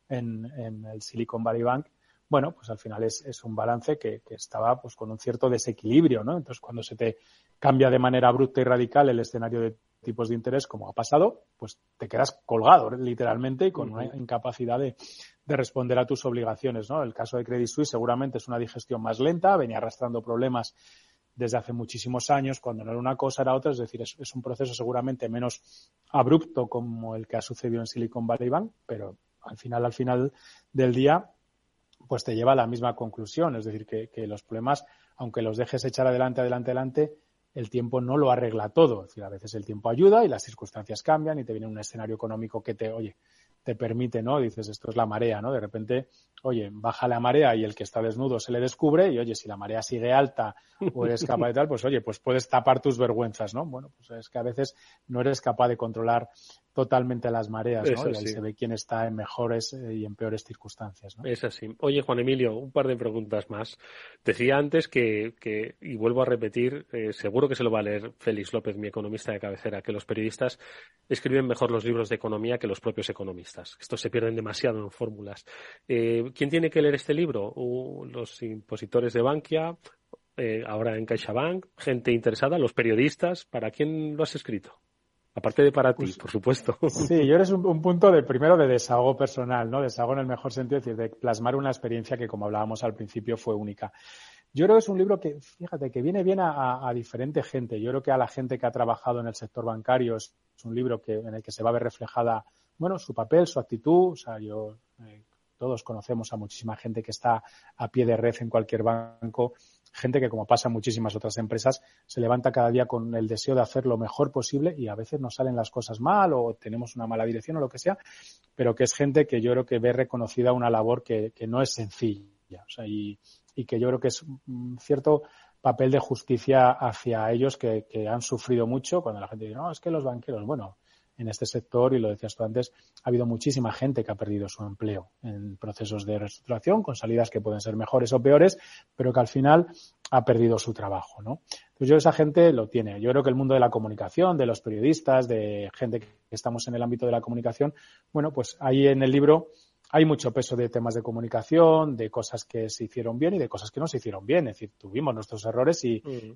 en el Silicon Valley Bank, bueno, pues al final es un balance que estaba pues con un cierto desequilibrio, ¿no? Entonces, cuando se te cambia de manera abrupta y radical el escenario de tipos de interés, como ha pasado, pues te quedas colgado, literalmente, y con una incapacidad de responder a tus obligaciones, ¿no? El caso de Credit Suisse seguramente es una digestión más lenta, venía arrastrando problemas desde hace muchísimos años, cuando no era una cosa era otra, es decir, es un proceso seguramente menos abrupto como el que ha sucedido en Silicon Valley Bank, pero al final del día pues te lleva a la misma conclusión, es decir, que los problemas, aunque los dejes echar adelante, el tiempo no lo arregla todo. Es decir, a veces el tiempo ayuda y las circunstancias cambian y te viene un escenario económico que te permite, ¿no? Dices, esto es la marea, ¿no? De repente, oye, baja la marea y el que está desnudo se le descubre y, oye, si la marea sigue alta o eres capaz de tal, pues, oye, pues puedes tapar tus vergüenzas, ¿no? Bueno, pues es que a veces no eres capaz de controlar totalmente las mareas, ¿no? Y ahí se ve quién está en mejores y en peores circunstancias, ¿no? Es así. Oye, Juan Emilio, un par de preguntas más. Decía antes que y vuelvo a repetir, seguro que se lo va a leer Félix López, mi economista de cabecera, que los periodistas escriben mejor los libros de economía que los propios economistas. Estos se pierden demasiado en fórmulas. ¿Quién tiene que leer este libro? Los impositores de Bankia, ahora en CaixaBank, gente interesada, los periodistas. ¿Para quién lo has escrito? Aparte de para ti, por supuesto. Sí, yo eres un punto primero de desahogo personal, ¿no? Desahogo en el mejor sentido, es decir, de plasmar una experiencia que, como hablábamos al principio, fue única. Yo creo que es un libro que, fíjate, que viene bien a diferente gente. Yo creo que a la gente que ha trabajado en el sector bancario es un libro en el que se va a ver reflejada, bueno, su papel, su actitud. O sea, todos conocemos a muchísima gente que está a pie de red en cualquier banco, gente que, como pasa en muchísimas otras empresas, se levanta cada día con el deseo de hacer lo mejor posible y a veces nos salen las cosas mal o tenemos una mala dirección o lo que sea, pero que es gente que yo creo que ve reconocida una labor que no es sencilla, o sea, y que yo creo que es un cierto papel de justicia hacia ellos que han sufrido mucho cuando la gente dice, no, es que los banqueros, bueno, en este sector, y lo decías tú antes, ha habido muchísima gente que ha perdido su empleo en procesos de reestructuración, con salidas que pueden ser mejores o peores, pero que al final ha perdido su trabajo, ¿no? Entonces yo esa gente lo tiene. Yo creo que el mundo de la comunicación, de los periodistas, de gente que estamos en el ámbito de la comunicación, bueno, pues ahí en el libro hay mucho peso de temas de comunicación, de cosas que se hicieron bien y de cosas que no se hicieron bien. Es decir, tuvimos nuestros errores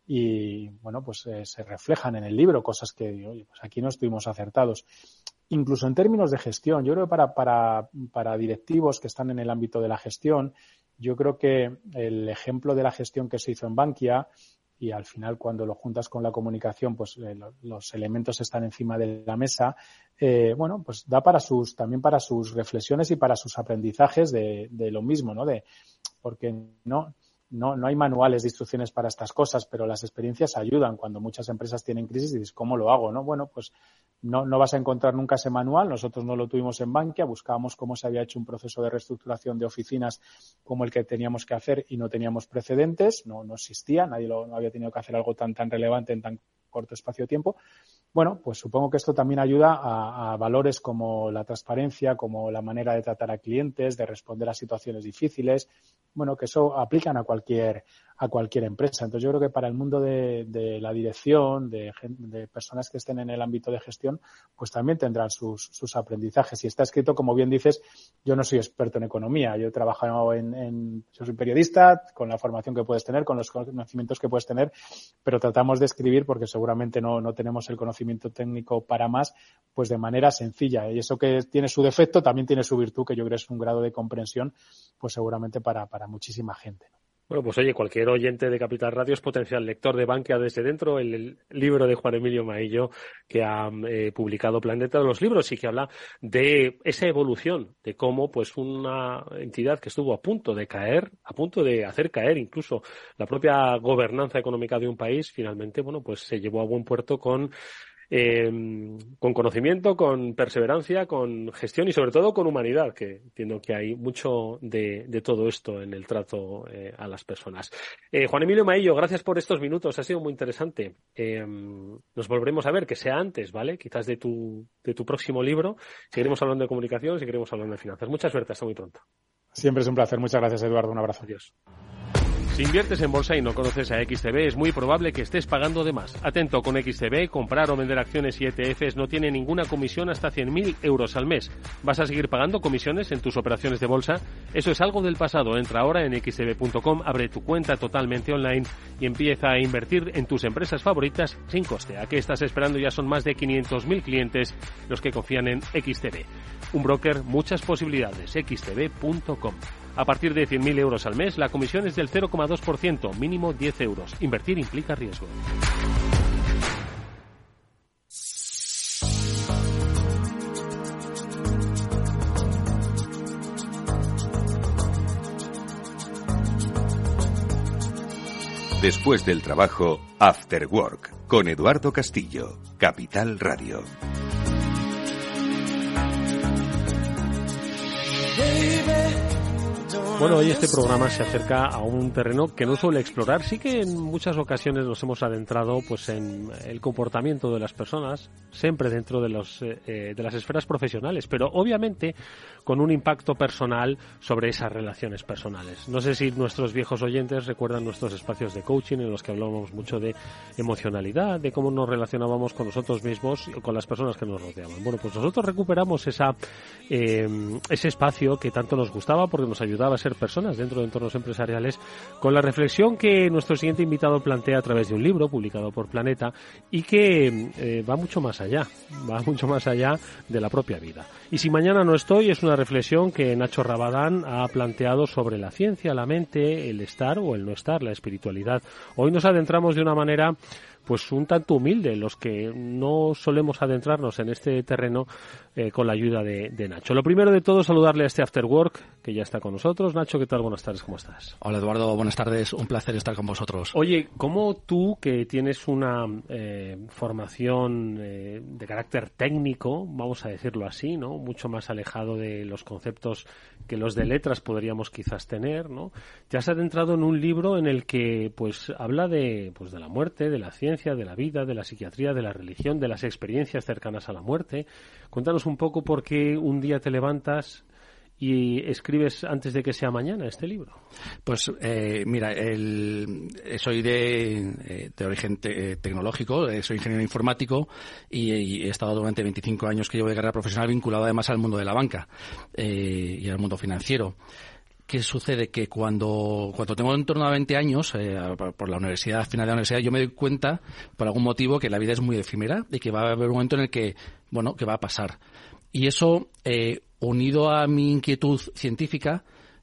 y bueno, pues se reflejan en el libro, cosas que, oye, pues aquí no estuvimos acertados. Incluso en términos de gestión, yo creo que para directivos que están en el ámbito de la gestión, yo creo que el ejemplo de la gestión que se hizo en Bankia, y al final cuando lo juntas con la comunicación, pues los elementos están encima de la mesa, bueno, pues da también para sus reflexiones y para sus aprendizajes de lo mismo, ¿no? Porque no hay manuales de instrucciones para estas cosas, pero las experiencias ayudan cuando muchas empresas tienen crisis y dices, ¿cómo lo hago? ¿No? Bueno, pues no vas a encontrar nunca ese manual. Nosotros no lo tuvimos en Bankia, buscábamos cómo se había hecho un proceso de reestructuración de oficinas como el que teníamos que hacer y no teníamos precedentes, no existía, nadie no había tenido que hacer algo tan relevante en tan corto espacio de tiempo. Bueno, pues supongo que esto también ayuda a valores como la transparencia, como la manera de tratar a clientes, de responder a situaciones difíciles, bueno, que eso aplican a cualquier empresa. Entonces yo creo que para el mundo de la dirección, de personas que estén en el ámbito de gestión, pues también tendrán sus aprendizajes. Y está escrito, como bien dices, yo no soy experto en economía, yo he trabajado yo soy periodista, con la formación que puedes tener, con los conocimientos que puedes tener, pero tratamos de escribir porque seguramente no tenemos el conocimiento técnico para más, pues de manera sencilla. Y eso que tiene su defecto también tiene su virtud, que yo creo es un grado de comprensión, pues seguramente para muchísima gente, ¿no? Bueno, pues oye, cualquier oyente de Capital Radio es potencial lector de Bankia desde dentro, el libro de Juan Emilio Maillo que ha publicado Planeta de los Libros y que habla de esa evolución, de cómo pues una entidad que estuvo a punto de caer, a punto de hacer caer incluso la propia gobernanza económica de un país, finalmente, bueno, pues se llevó a buen puerto con conocimiento, con perseverancia, con gestión y sobre todo con humanidad, que entiendo que hay mucho de todo esto en el trato a las personas. Juan Emilio Maillo, gracias por estos minutos, ha sido muy interesante. Nos volveremos a ver, que sea antes, ¿vale? Quizás de tu próximo libro. Seguiremos hablando de comunicación, seguiremos hablando de finanzas. Mucha suerte, hasta muy pronto. Siempre es un placer, muchas gracias, Eduardo, un abrazo. Adiós. Si inviertes en bolsa y no conoces a XTB, es muy probable que estés pagando de más. Atento, con XTB, comprar o vender acciones y ETFs no tiene ninguna comisión hasta 100.000 euros al mes. ¿Vas a seguir pagando comisiones en tus operaciones de bolsa? Eso es algo del pasado. Entra ahora en xtb.com, abre tu cuenta totalmente online y empieza a invertir en tus empresas favoritas sin coste. ¿A qué estás esperando? Ya son más de 500.000 clientes los que confían en XTB. Un broker, muchas posibilidades. xtb.com. A partir de 100.000 euros al mes, la comisión es del 0,2%, mínimo 10 euros. Invertir implica riesgo. Después del trabajo, After Work, con Eduardo Castillo, Capital Radio. Bueno, hoy este programa se acerca a un terreno que no suele explorar. Sí que en muchas ocasiones nos hemos adentrado pues en el comportamiento de las personas, siempre dentro de las esferas profesionales, pero obviamente con un impacto personal sobre esas relaciones personales. No sé si nuestros viejos oyentes recuerdan nuestros espacios de coaching en los que hablábamos mucho de emocionalidad, de cómo nos relacionábamos con nosotros mismos y con las personas que nos rodeaban. Bueno, pues nosotros recuperamos ese espacio que tanto nos gustaba porque nos ayudaba a ser personas dentro de entornos empresariales, con la reflexión que nuestro siguiente invitado plantea a través de un libro publicado por Planeta y que va mucho más allá de la propia vida. Y si mañana no estoy, es una reflexión que Nacho Rabadán ha planteado sobre la ciencia, la mente, el estar o el no estar, la espiritualidad. Hoy nos adentramos de una manera pues un tanto humilde, los que no solemos adentrarnos en este terreno con la ayuda de Nacho. Lo primero de todo, saludarle a este After Work, que ya está con nosotros. Nacho, ¿qué tal? Buenas tardes, ¿cómo estás? Hola, Eduardo, buenas tardes. Un placer estar con vosotros. Oye, ¿cómo tú, que tienes una formación de carácter técnico, vamos a decirlo así, ¿no? Mucho más alejado de los conceptos que los de letras podríamos quizás tener, ¿no? Te has adentrado en un libro en el que pues habla de la muerte, de la ciencia, de la vida, de la psiquiatría, de la religión, de las experiencias cercanas a la muerte. Cuéntanos un poco por qué un día te levantas y escribes antes de que sea mañana este libro. Pues mira, soy de origen tecnológico, soy ingeniero informático y he estado durante 25 años que llevo de carrera profesional vinculado además al mundo de la banca y al mundo financiero. ¿Qué sucede? Que cuando tengo en torno a 20 años, por la universidad, final de la universidad, yo me doy cuenta, por algún motivo, que la vida es muy efímera y que va a haber un momento en el que va a pasar. Y eso, unido a mi inquietud científica,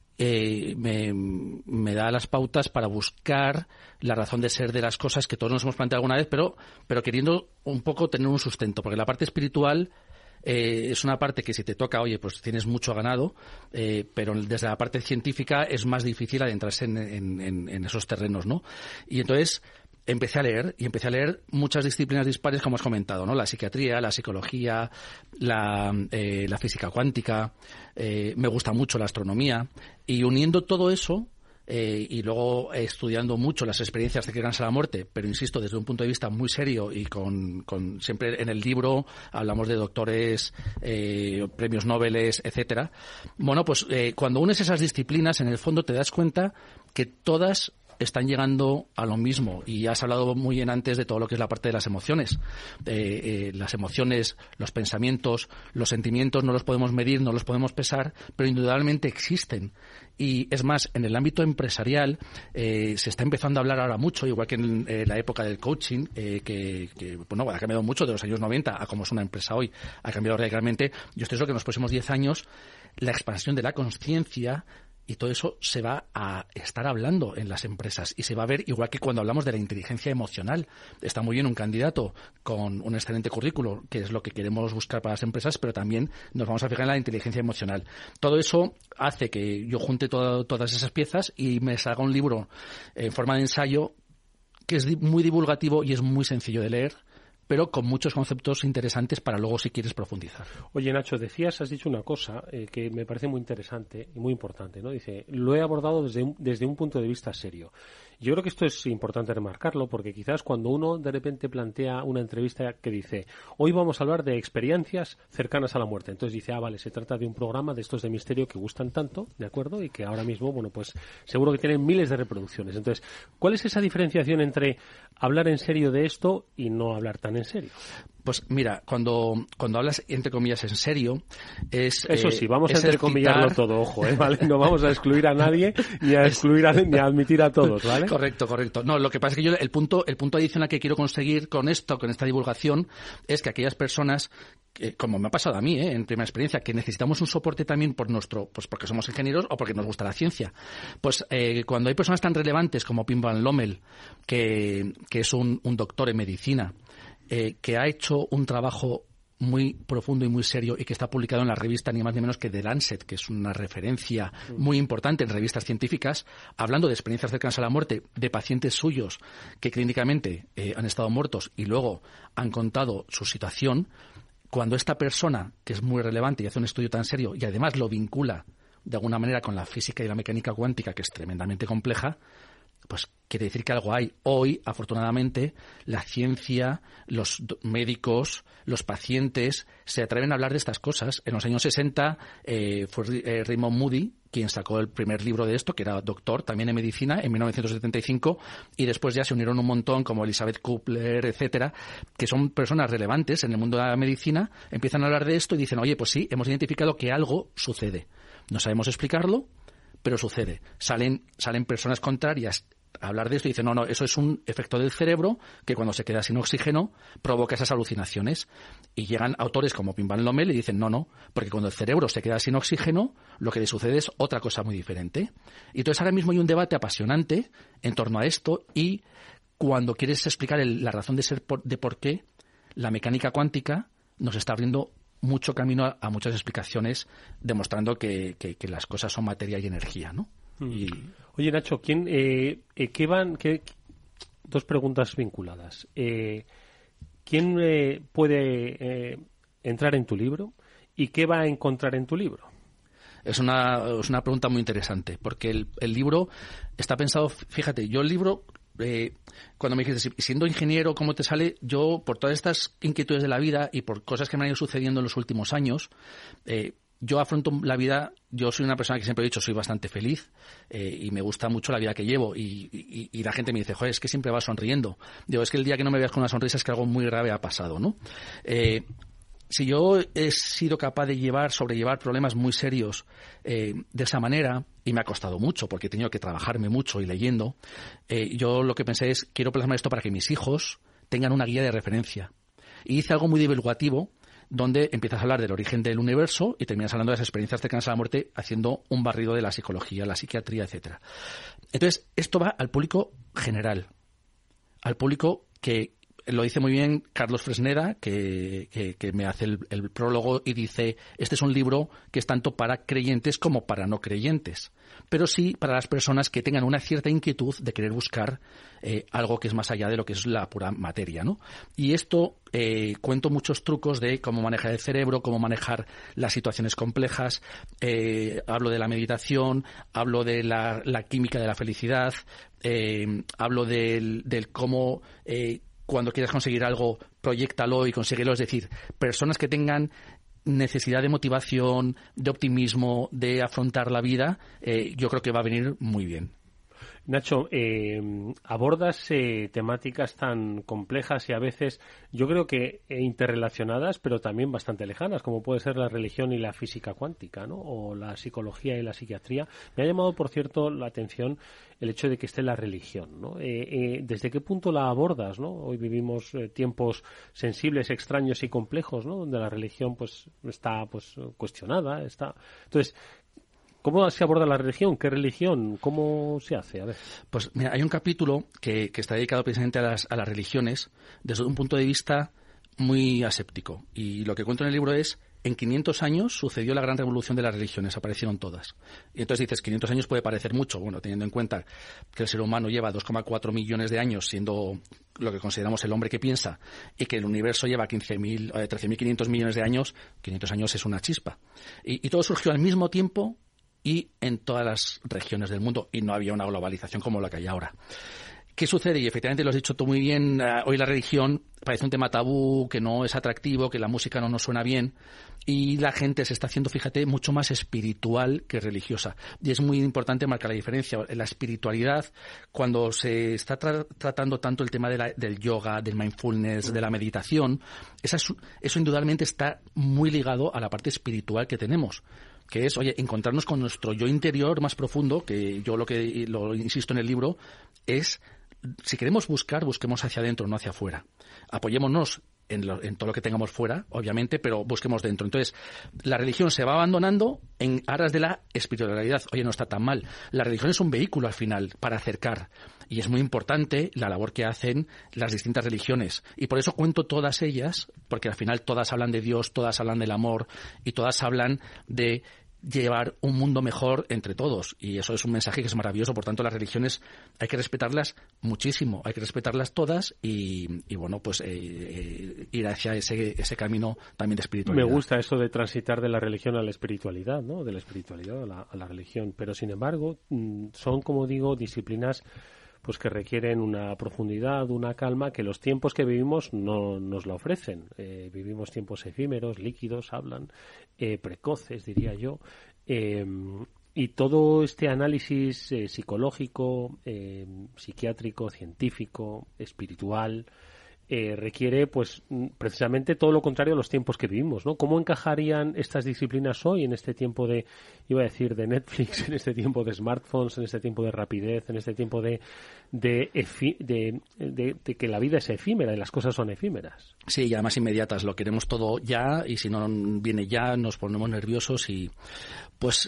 me da las pautas para buscar la razón de ser de las cosas que todos nos hemos planteado alguna vez, pero queriendo un poco tener un sustento, porque la parte espiritual es una parte que si te toca, oye, pues tienes mucho ganado, pero desde la parte científica es más difícil adentrarse en esos terrenos, ¿no? Y entonces empecé a leer muchas disciplinas dispares, como has comentado, ¿no? La psiquiatría, la psicología, la física cuántica, me gusta mucho la astronomía, y uniendo todo eso, y luego estudiando mucho las experiencias cercanas a la muerte, pero insisto, desde un punto de vista muy serio y con siempre en el libro hablamos de doctores, premios Nobel, etcétera. Bueno, pues cuando unes esas disciplinas, en el fondo te das cuenta que todas están llegando a lo mismo, y has hablado muy bien antes de todo lo que es la parte de las emociones. Las emociones, los pensamientos, los sentimientos no los podemos medir, no los podemos pesar, pero indudablemente existen. Y es más, en el ámbito empresarial se está empezando a hablar ahora mucho, igual que en la época del coaching, que ha cambiado mucho de los años 90 a cómo es una empresa hoy, ha cambiado radicalmente. Yo estoy seguro que en los próximos 10 años la expansión de la conciencia y todo eso se va a estar hablando en las empresas y se va a ver, igual que cuando hablamos de la inteligencia emocional. Está muy bien un candidato con un excelente currículo, que es lo que queremos buscar para las empresas, pero también nos vamos a fijar en la inteligencia emocional. Todo eso hace que yo junte todas esas piezas y me salga un libro en forma de ensayo que es muy divulgativo y es muy sencillo de leer, pero con muchos conceptos interesantes para luego si quieres profundizar. Oye, Nacho, has dicho una cosa que me parece muy interesante y muy importante, ¿no? Dice, lo he abordado desde un punto de vista serio. Yo creo que esto es importante remarcarlo, porque quizás cuando uno de repente plantea una entrevista que dice, hoy vamos a hablar de experiencias cercanas a la muerte, entonces dice, vale, se trata de un programa de estos de misterio que gustan tanto, ¿de acuerdo? Y que ahora mismo, pues seguro que tienen miles de reproducciones. Entonces, ¿cuál es esa diferenciación entre hablar en serio de esto y no hablar tan en serio? Pues mira, cuando hablas entre comillas en serio es... Eso sí, vamos a entrecomillarlo todo, ojo, ¿vale? No vamos a excluir a nadie ni a ni a admitir a todos, ¿vale? Correcto. No, lo que pasa es que yo el punto adicional que quiero conseguir con esta divulgación, es que aquellas personas, como me ha pasado a mí, en primera experiencia, que necesitamos un soporte también pues porque somos ingenieros o porque nos gusta la ciencia. Pues cuando hay personas tan relevantes como Pim Van Lommel, que es un doctor en medicina, que ha hecho un trabajo muy profundo y muy serio y que está publicado en la revista ni más ni menos que The Lancet, que es una referencia muy importante en revistas científicas, hablando de experiencias cercanas a la muerte de pacientes suyos que clínicamente han estado muertos y luego han contado su situación. Cuando esta persona, que es muy relevante y hace un estudio tan serio y además lo vincula de alguna manera con la física y la mecánica cuántica, que es tremendamente compleja, pues quiere decir que algo hay. Hoy, afortunadamente, la ciencia, los médicos, los pacientes se atreven a hablar de estas cosas. En los años 60 fue Raymond Moody quien sacó el primer libro de esto, que era doctor también en medicina, en 1975, y después ya se unieron un montón como Elizabeth Kubler, etcétera, que son personas relevantes en el mundo de la medicina, empiezan a hablar de esto y dicen, oye, pues sí, hemos identificado que algo sucede. No sabemos explicarlo, pero sucede. Salen personas contrarias a hablar de esto y dicen, no, eso es un efecto del cerebro que cuando se queda sin oxígeno provoca esas alucinaciones. Y llegan autores como Pim Van Lommel y dicen, no, porque cuando el cerebro se queda sin oxígeno, lo que le sucede es otra cosa muy diferente. Y entonces ahora mismo hay un debate apasionante en torno a esto y cuando quieres explicar la razón de ser de por qué, la mecánica cuántica nos está abriendo mucho camino a muchas explicaciones, demostrando que las cosas son materia y energía, ¿no? Oye, Nacho, dos preguntas vinculadas. ¿Quién puede entrar en tu libro y qué va a encontrar en tu libro? Es una pregunta muy interesante, porque el libro está pensado, fíjate, yo el libro, cuando me dijiste, siendo ingeniero, ¿cómo te sale? Yo, por todas estas inquietudes de la vida y por cosas que me han ido sucediendo en los últimos años, yo afronto la vida, yo soy una persona que siempre he dicho, soy bastante feliz y me gusta mucho la vida que llevo y la gente me dice, joder, es que siempre vas sonriendo. Digo, es que el día que no me veas con una sonrisa es que algo muy grave ha pasado, ¿no? Si yo he sido capaz de sobrellevar problemas muy serios de esa manera, y me ha costado mucho porque he tenido que trabajarme mucho y leyendo, yo lo que pensé es, quiero plasmar esto para que mis hijos tengan una guía de referencia. Y hice algo muy divulgativo, donde empiezas a hablar del origen del universo y terminas hablando de las experiencias cercanas a la muerte, haciendo un barrido de la psicología, la psiquiatría, etcétera. Entonces, esto va al público general, al público que lo dice muy bien Carlos Fresneda, que me hace el prólogo y dice, este es un libro que es tanto para creyentes como para no creyentes, pero sí para las personas que tengan una cierta inquietud de querer buscar algo que es más allá de lo que es la pura materia, ¿no? Y esto cuento muchos trucos de cómo manejar el cerebro, cómo manejar las situaciones complejas, hablo de la meditación, hablo de la química de la felicidad, hablo del cómo cuando quieras conseguir algo, proyéctalo y consíguelo. Es decir, personas que tengan necesidad de motivación, de optimismo, de afrontar la vida, yo creo que va a venir muy bien. Nacho, abordas temáticas tan complejas y a veces yo creo que interrelacionadas, pero también bastante lejanas, como puede ser la religión y la física cuántica, ¿no? O la psicología y la psiquiatría. Me ha llamado, por cierto, la atención el hecho de que esté la religión, ¿no? ¿Desde qué punto la abordas, ¿no? Hoy vivimos tiempos sensibles, extraños y complejos, ¿no? Donde la religión pues está pues cuestionada, está. Entonces, ¿cómo se aborda la religión? ¿Qué religión? ¿Cómo se hace? A ver. Pues mira, hay un capítulo que está dedicado precisamente a las religiones desde un punto de vista muy aséptico. Y lo que cuento en el libro es, en 500 años sucedió la gran revolución de las religiones, aparecieron todas. Y entonces dices, 500 años puede parecer mucho, bueno, teniendo en cuenta que el ser humano lleva 2,4 millones de años siendo lo que consideramos el hombre que piensa, y que el universo lleva 13.500 millones de años, 500 años es una chispa. Y todo surgió al mismo tiempo y en todas las regiones del mundo, y no había una globalización como la que hay ahora. ¿Qué sucede? Y efectivamente lo has dicho tú muy bien, hoy la religión parece un tema tabú, que no es atractivo, que la música no nos suena bien, y la gente se está haciendo, fíjate, mucho más espiritual que religiosa. Y es muy importante marcar la diferencia. La espiritualidad, cuando se está tratando tanto el tema del yoga, del mindfulness, de la meditación, eso indudablemente está muy ligado a la parte espiritual que tenemos, que es, oye, encontrarnos con nuestro yo interior más profundo, que yo lo insisto en el libro, es, si queremos buscar, busquemos hacia adentro, no hacia afuera. Apoyémonos en todo lo que tengamos fuera, obviamente, pero busquemos dentro. Entonces, la religión se va abandonando en aras de la espiritualidad. Oye, no está tan mal. La religión es un vehículo al final para acercar. Y es muy importante la labor que hacen las distintas religiones. Y por eso cuento todas ellas, porque al final todas hablan de Dios, todas hablan del amor y todas hablan de llevar un mundo mejor entre todos, y eso es un mensaje que es maravilloso. Por tanto, las religiones hay que respetarlas muchísimo, hay que respetarlas todas y bueno, pues ir hacia ese camino también de espiritualidad. Me gusta eso de transitar de la religión a la espiritualidad, ¿no? De la espiritualidad a la religión, pero sin embargo son, como digo, disciplinas pues que requieren una profundidad, una calma que los tiempos que vivimos no nos la ofrecen. Vivimos tiempos efímeros, líquidos, hablan, precoces, diría yo, y todo este análisis psicológico, psiquiátrico, científico, espiritual, requiere pues precisamente todo lo contrario a los tiempos que vivimos, ¿no? ¿Cómo encajarían estas disciplinas hoy en este tiempo de Netflix, en este tiempo de smartphones, en este tiempo de rapidez, en este tiempo de que la vida es efímera y las cosas son efímeras? Sí, y además inmediatas, lo queremos todo ya, y si no viene ya nos ponemos nerviosos y pues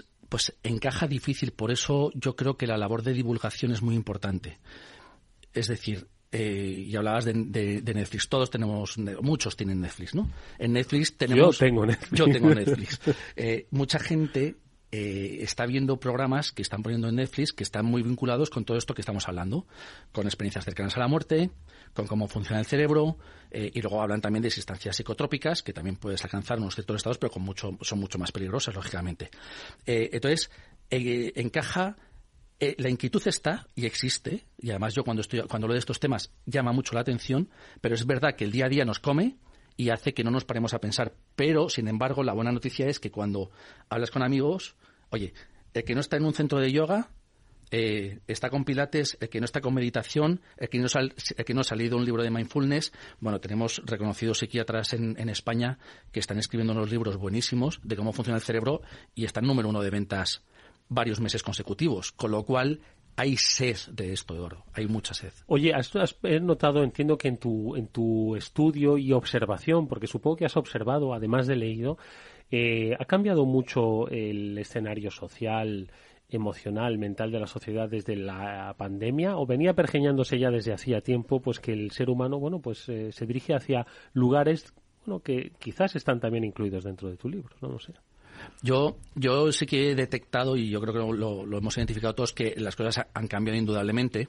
encaja difícil. Por eso yo creo que la labor de divulgación es muy importante. Es decir, y hablabas de Netflix. Muchos tienen Netflix, ¿no? En Netflix tenemos... Yo tengo Netflix. Mucha gente está viendo programas que están poniendo en Netflix que están muy vinculados con todo esto que estamos hablando, con experiencias cercanas a la muerte, con cómo funciona el cerebro, y luego hablan también de sustancias psicotrópicas que también puedes alcanzar unos ciertos estados, pero son mucho más peligrosas, lógicamente. Entonces, encaja... la inquietud está y existe, y además yo cuando hablo de estos temas llama mucho la atención, pero es verdad que el día a día nos come y hace que no nos paremos a pensar. Pero, sin embargo, la buena noticia es que cuando hablas con amigos, oye, el que no está en un centro de yoga está con pilates, el que no está con meditación, el que no ha salido un libro de mindfulness. Bueno, tenemos reconocidos psiquiatras en España que están escribiendo unos libros buenísimos de cómo funciona el cerebro y están número 1 de ventas varios meses consecutivos, con lo cual hay sed de esto, de oro, hay mucha sed. Oye, has notado, entiendo que en tu estudio y observación, porque supongo que has observado, además de leído, ¿ha cambiado mucho el escenario social, emocional, mental de la sociedad desde la pandemia? ¿O venía pergeñándose ya desde hacía tiempo, pues que el ser humano, se dirige hacia lugares, que quizás están también incluidos dentro de tu libro, no lo sé? Yo sí que he detectado, y yo creo que lo hemos identificado todos, que las cosas han cambiado indudablemente.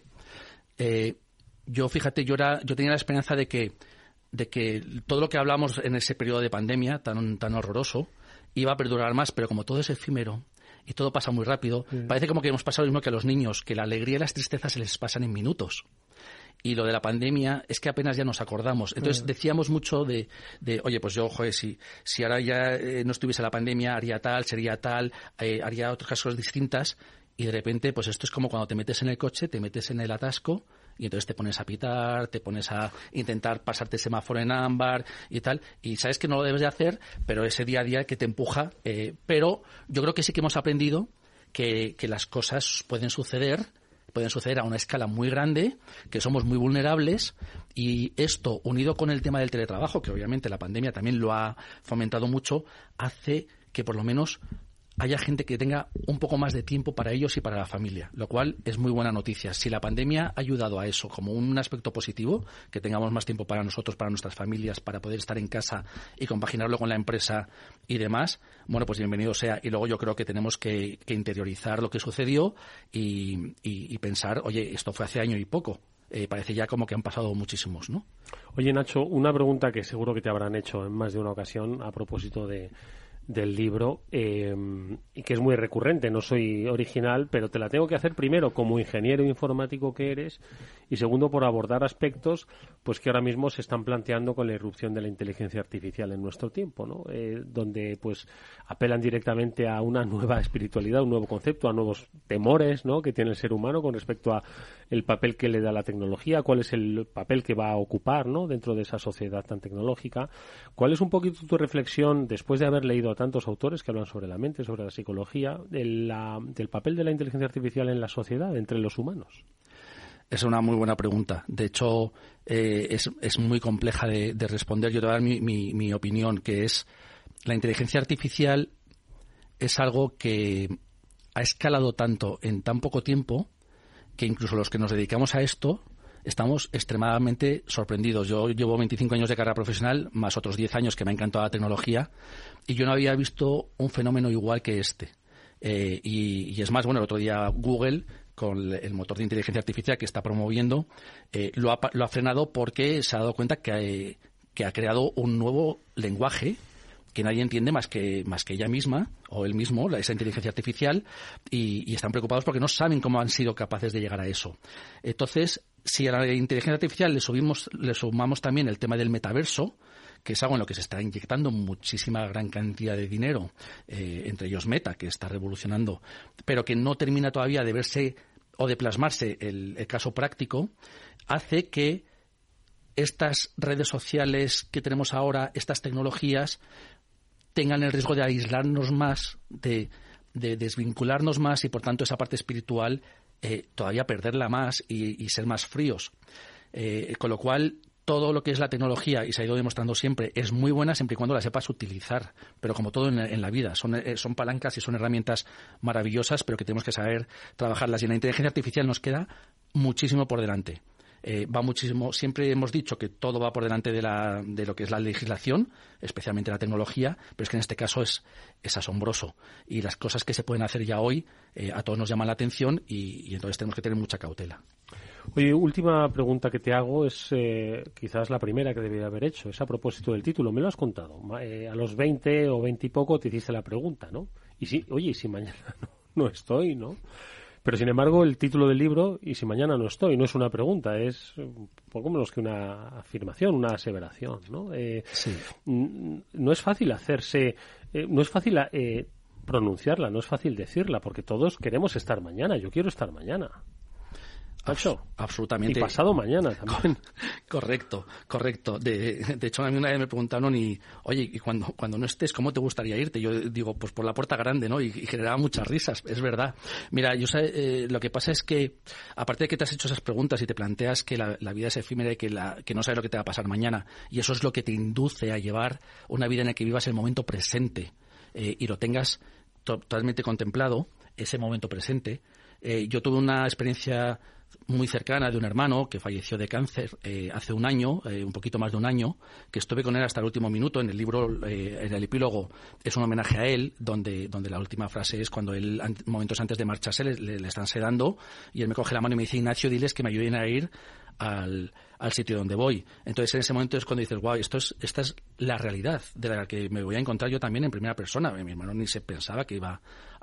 Yo tenía la esperanza de que todo lo que hablamos en ese periodo de pandemia tan horroroso iba a perdurar más, pero como todo es efímero y todo pasa muy rápido, parece como que hemos pasado lo mismo que a los niños, que la alegría y las tristezas se les pasan en minutos. Y lo de la pandemia es que apenas ya nos acordamos. Entonces decíamos mucho de oye, pues yo, si ahora ya no estuviese la pandemia, haría tal, sería tal, haría otras cosas distintas. Y de repente, pues esto es como cuando te metes en el coche, te metes en el atasco y entonces te pones a pitar, te pones a intentar pasarte semáforo en ámbar y tal. Y sabes que no lo debes de hacer, pero ese día a día que te empuja. Pero yo creo que sí que hemos aprendido que las cosas pueden suceder a una escala muy grande, que somos muy vulnerables, y esto, unido con el tema del teletrabajo, que obviamente la pandemia también lo ha fomentado mucho, hace que por lo menos haya gente que tenga un poco más de tiempo para ellos y para la familia, lo cual es muy buena noticia. Si la pandemia ha ayudado a eso como un aspecto positivo, que tengamos más tiempo para nosotros, para nuestras familias, para poder estar en casa y compaginarlo con la empresa y demás, bueno, pues bienvenido sea. Y luego yo creo que tenemos que interiorizar lo que sucedió y pensar, oye, esto fue hace año y poco. Parece ya como que han pasado muchísimos, ¿no? Oye, Nacho, una pregunta que seguro que te habrán hecho en más de una ocasión a propósito del libro, y que es muy recurrente, no soy original, pero te la tengo que hacer primero como ingeniero informático que eres, y segundo por abordar aspectos pues que ahora mismo se están planteando con la irrupción de la inteligencia artificial en nuestro tiempo, ¿no? Donde pues apelan directamente a una nueva espiritualidad, un nuevo concepto, a nuevos temores, ¿no?, que tiene el ser humano con respecto a el papel que le da la tecnología, cuál es el papel que va a ocupar, ¿no?, dentro de esa sociedad tan tecnológica. ¿Cuál es un poquito tu reflexión, después de haber leído a tantos autores que hablan sobre la mente, sobre la psicología, del papel de la inteligencia artificial en la sociedad, entre los humanos? Es una muy buena pregunta. De hecho, es muy compleja de responder. Yo te voy a dar mi opinión, que es la inteligencia artificial es algo que ha escalado tanto en tan poco tiempo que incluso los que nos dedicamos a esto estamos extremadamente sorprendidos. Yo llevo 25 años de carrera profesional, más otros 10 años que me ha encantado la tecnología, y yo no había visto un fenómeno igual que este. Y es más, bueno, el otro día Google, con el motor de inteligencia artificial que está promoviendo, lo ha frenado porque se ha dado cuenta que ha creado un nuevo lenguaje que nadie entiende más que ella misma o él mismo, esa inteligencia artificial, y están preocupados porque no saben cómo han sido capaces de llegar a eso. Entonces, si a la inteligencia artificial le sumamos también el tema del metaverso, que es algo en lo que se está inyectando muchísima gran cantidad de dinero, entre ellos Meta, que está revolucionando, pero que no termina todavía de verse o de plasmarse el caso práctico, hace que estas redes sociales que tenemos ahora, estas tecnologías, tengan el riesgo de aislarnos más, de desvincularnos más, y por tanto esa parte espiritual todavía perderla más y ser más fríos. Con lo cual, todo lo que es la tecnología, y se ha ido demostrando siempre, es muy buena siempre y cuando la sepas utilizar. Pero como todo en la vida, son palancas y son herramientas maravillosas, pero que tenemos que saber trabajarlas. Y en la inteligencia artificial nos queda muchísimo por delante. va muchísimo. Siempre hemos dicho que todo va por delante de lo que es la legislación, especialmente la tecnología, pero es que en este caso es asombroso. Y las cosas que se pueden hacer ya hoy a todos nos llaman la atención y entonces tenemos que tener mucha cautela. Oye, última pregunta que te hago es quizás la primera que debería haber hecho. Es a propósito del título. Me lo has contado. A los 20 o 20 y poco te hiciste la pregunta, ¿no? Y si mañana no estoy, ¿no? Pero, sin embargo, el título del libro, y si mañana no estoy, no es una pregunta, es poco menos que una afirmación, una aseveración, ¿no? Sí. No es fácil no es fácil pronunciarla, no es fácil decirla, porque todos queremos estar mañana. Yo quiero estar mañana. Absolutamente. Y pasado mañana también. Correcto. De hecho, a mí una vez me preguntaron oye, y cuando no estés, ¿cómo te gustaría irte? Yo digo, pues por la puerta grande, ¿no? Y generaba muchas risas, es verdad. Mira, yo sé, lo que pasa es que, aparte de que te has hecho esas preguntas y te planteas que la vida es efímera y que no sabes lo que te va a pasar mañana, y eso es lo que te induce a llevar una vida en la que vivas el momento presente y lo tengas totalmente contemplado, ese momento presente. Yo tuve una experiencia muy cercana de un hermano que falleció de cáncer hace un año, un poquito más de un año, que estuve con él hasta el último minuto. En el libro, en el epílogo, es un homenaje a él, donde la última frase es cuando él, momentos antes de marcharse, le están sedando, y él me coge la mano y me dice: Ignacio, diles que me ayuden a ir al sitio donde voy. Entonces, en ese momento es cuando dices, wow, esta es la realidad de la que me voy a encontrar yo también en primera persona. Mi hermano ni se pensaba que iba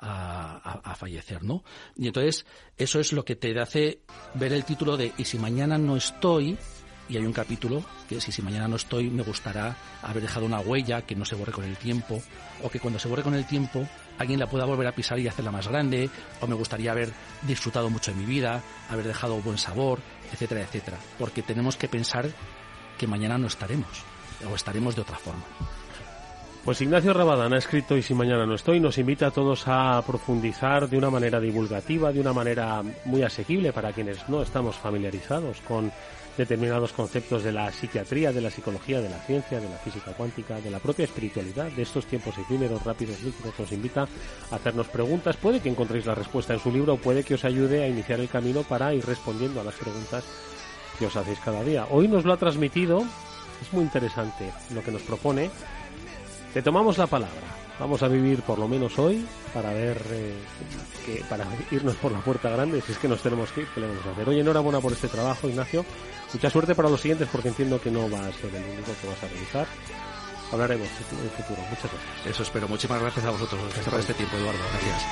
a fallecer, ¿no? Y entonces eso es lo que te hace ver el título de "Y si mañana no estoy", y hay un capítulo que si mañana no estoy, me gustará haber dejado una huella que no se borre con el tiempo, o que cuando se borre con el tiempo alguien la pueda volver a pisar y hacerla más grande, o me gustaría haber disfrutado mucho de mi vida, haber dejado buen sabor, etcétera, etcétera. Porque tenemos que pensar que mañana no estaremos, o estaremos de otra forma. Pues Ignacio Rabadán ha escrito "Y si mañana no estoy", nos invita a todos a profundizar de una manera divulgativa, de una manera muy asequible para quienes no estamos familiarizados con determinados conceptos de la psiquiatría, de la psicología, de la ciencia, de la física cuántica, de la propia espiritualidad, de estos tiempos efímeros, rápidos, líquidos. Nos invita a hacernos preguntas. Puede que encontréis la respuesta en su libro, o puede que os ayude a iniciar el camino para ir respondiendo a las preguntas que os hacéis cada día. Hoy nos lo ha transmitido, es muy interesante lo que nos propone. Te tomamos la palabra. Vamos a vivir por lo menos hoy para ver para irnos por la puerta grande. Si es que nos tenemos que ir, ¿qué le vamos a hacer? Oye, enhorabuena por este trabajo, Ignacio. Mucha suerte para los siguientes, porque entiendo que no va a ser el único que vas a realizar. Hablaremos en el futuro. Muchas gracias. Eso espero. Muchísimas gracias a vosotros por este tiempo, Eduardo. Gracias.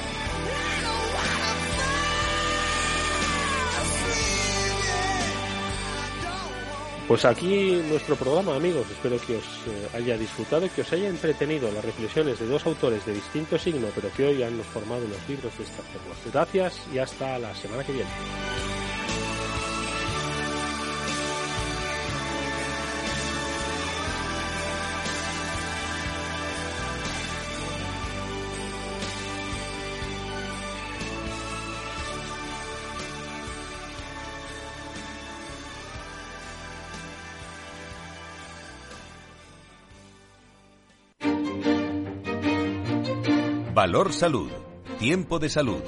Pues aquí nuestro programa, amigos. Espero que os haya disfrutado y que os haya entretenido las reflexiones de dos autores de distinto signo, pero que hoy han formado los libros de esta forma. Gracias y hasta la semana que viene. Valor Salud. Tiempo de salud.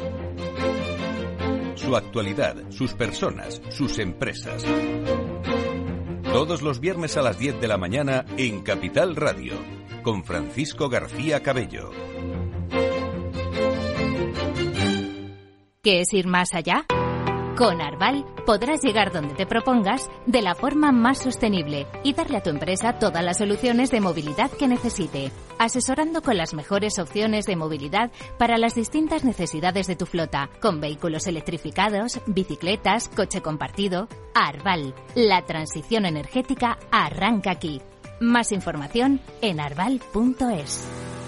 Su actualidad, sus personas, sus empresas. Todos los viernes a las 10 de la mañana en Capital Radio, con Francisco García Cabello. ¿Qué es ir más allá? Con Arval podrás llegar donde te propongas de la forma más sostenible y darle a tu empresa todas las soluciones de movilidad que necesite, asesorando con las mejores opciones de movilidad para las distintas necesidades de tu flota, con vehículos electrificados, bicicletas, coche compartido. Arval, la transición energética arranca aquí. Más información en arval.es.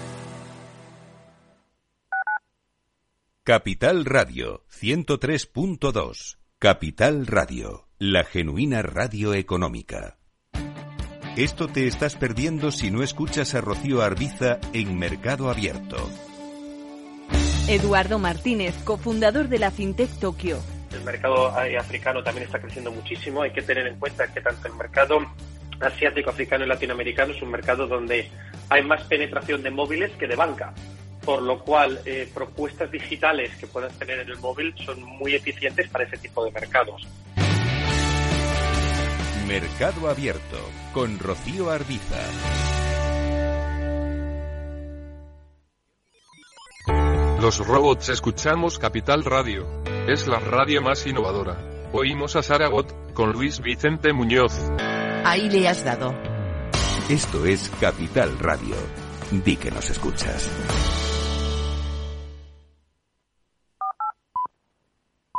Capital Radio 103.2. Capital Radio, la genuina radio económica. Esto te estás perdiendo si no escuchas a Rocío Arbiza en Mercado Abierto. Eduardo Martínez, cofundador de la FinTech Tokio. El mercado africano también está creciendo muchísimo. Hay que tener en cuenta que tanto el mercado asiático, africano y latinoamericano es un mercado donde hay más penetración de móviles que de banca. Por lo cual, propuestas digitales que puedas tener en el móvil son muy eficientes para ese tipo de mercados. Mercado Abierto con Rocío Arbiza. Los robots escuchamos Capital Radio. Es la radio más innovadora. Oímos a Saragot con Luis Vicente Muñoz. Ahí le has dado. Esto es Capital Radio. Di que nos escuchas.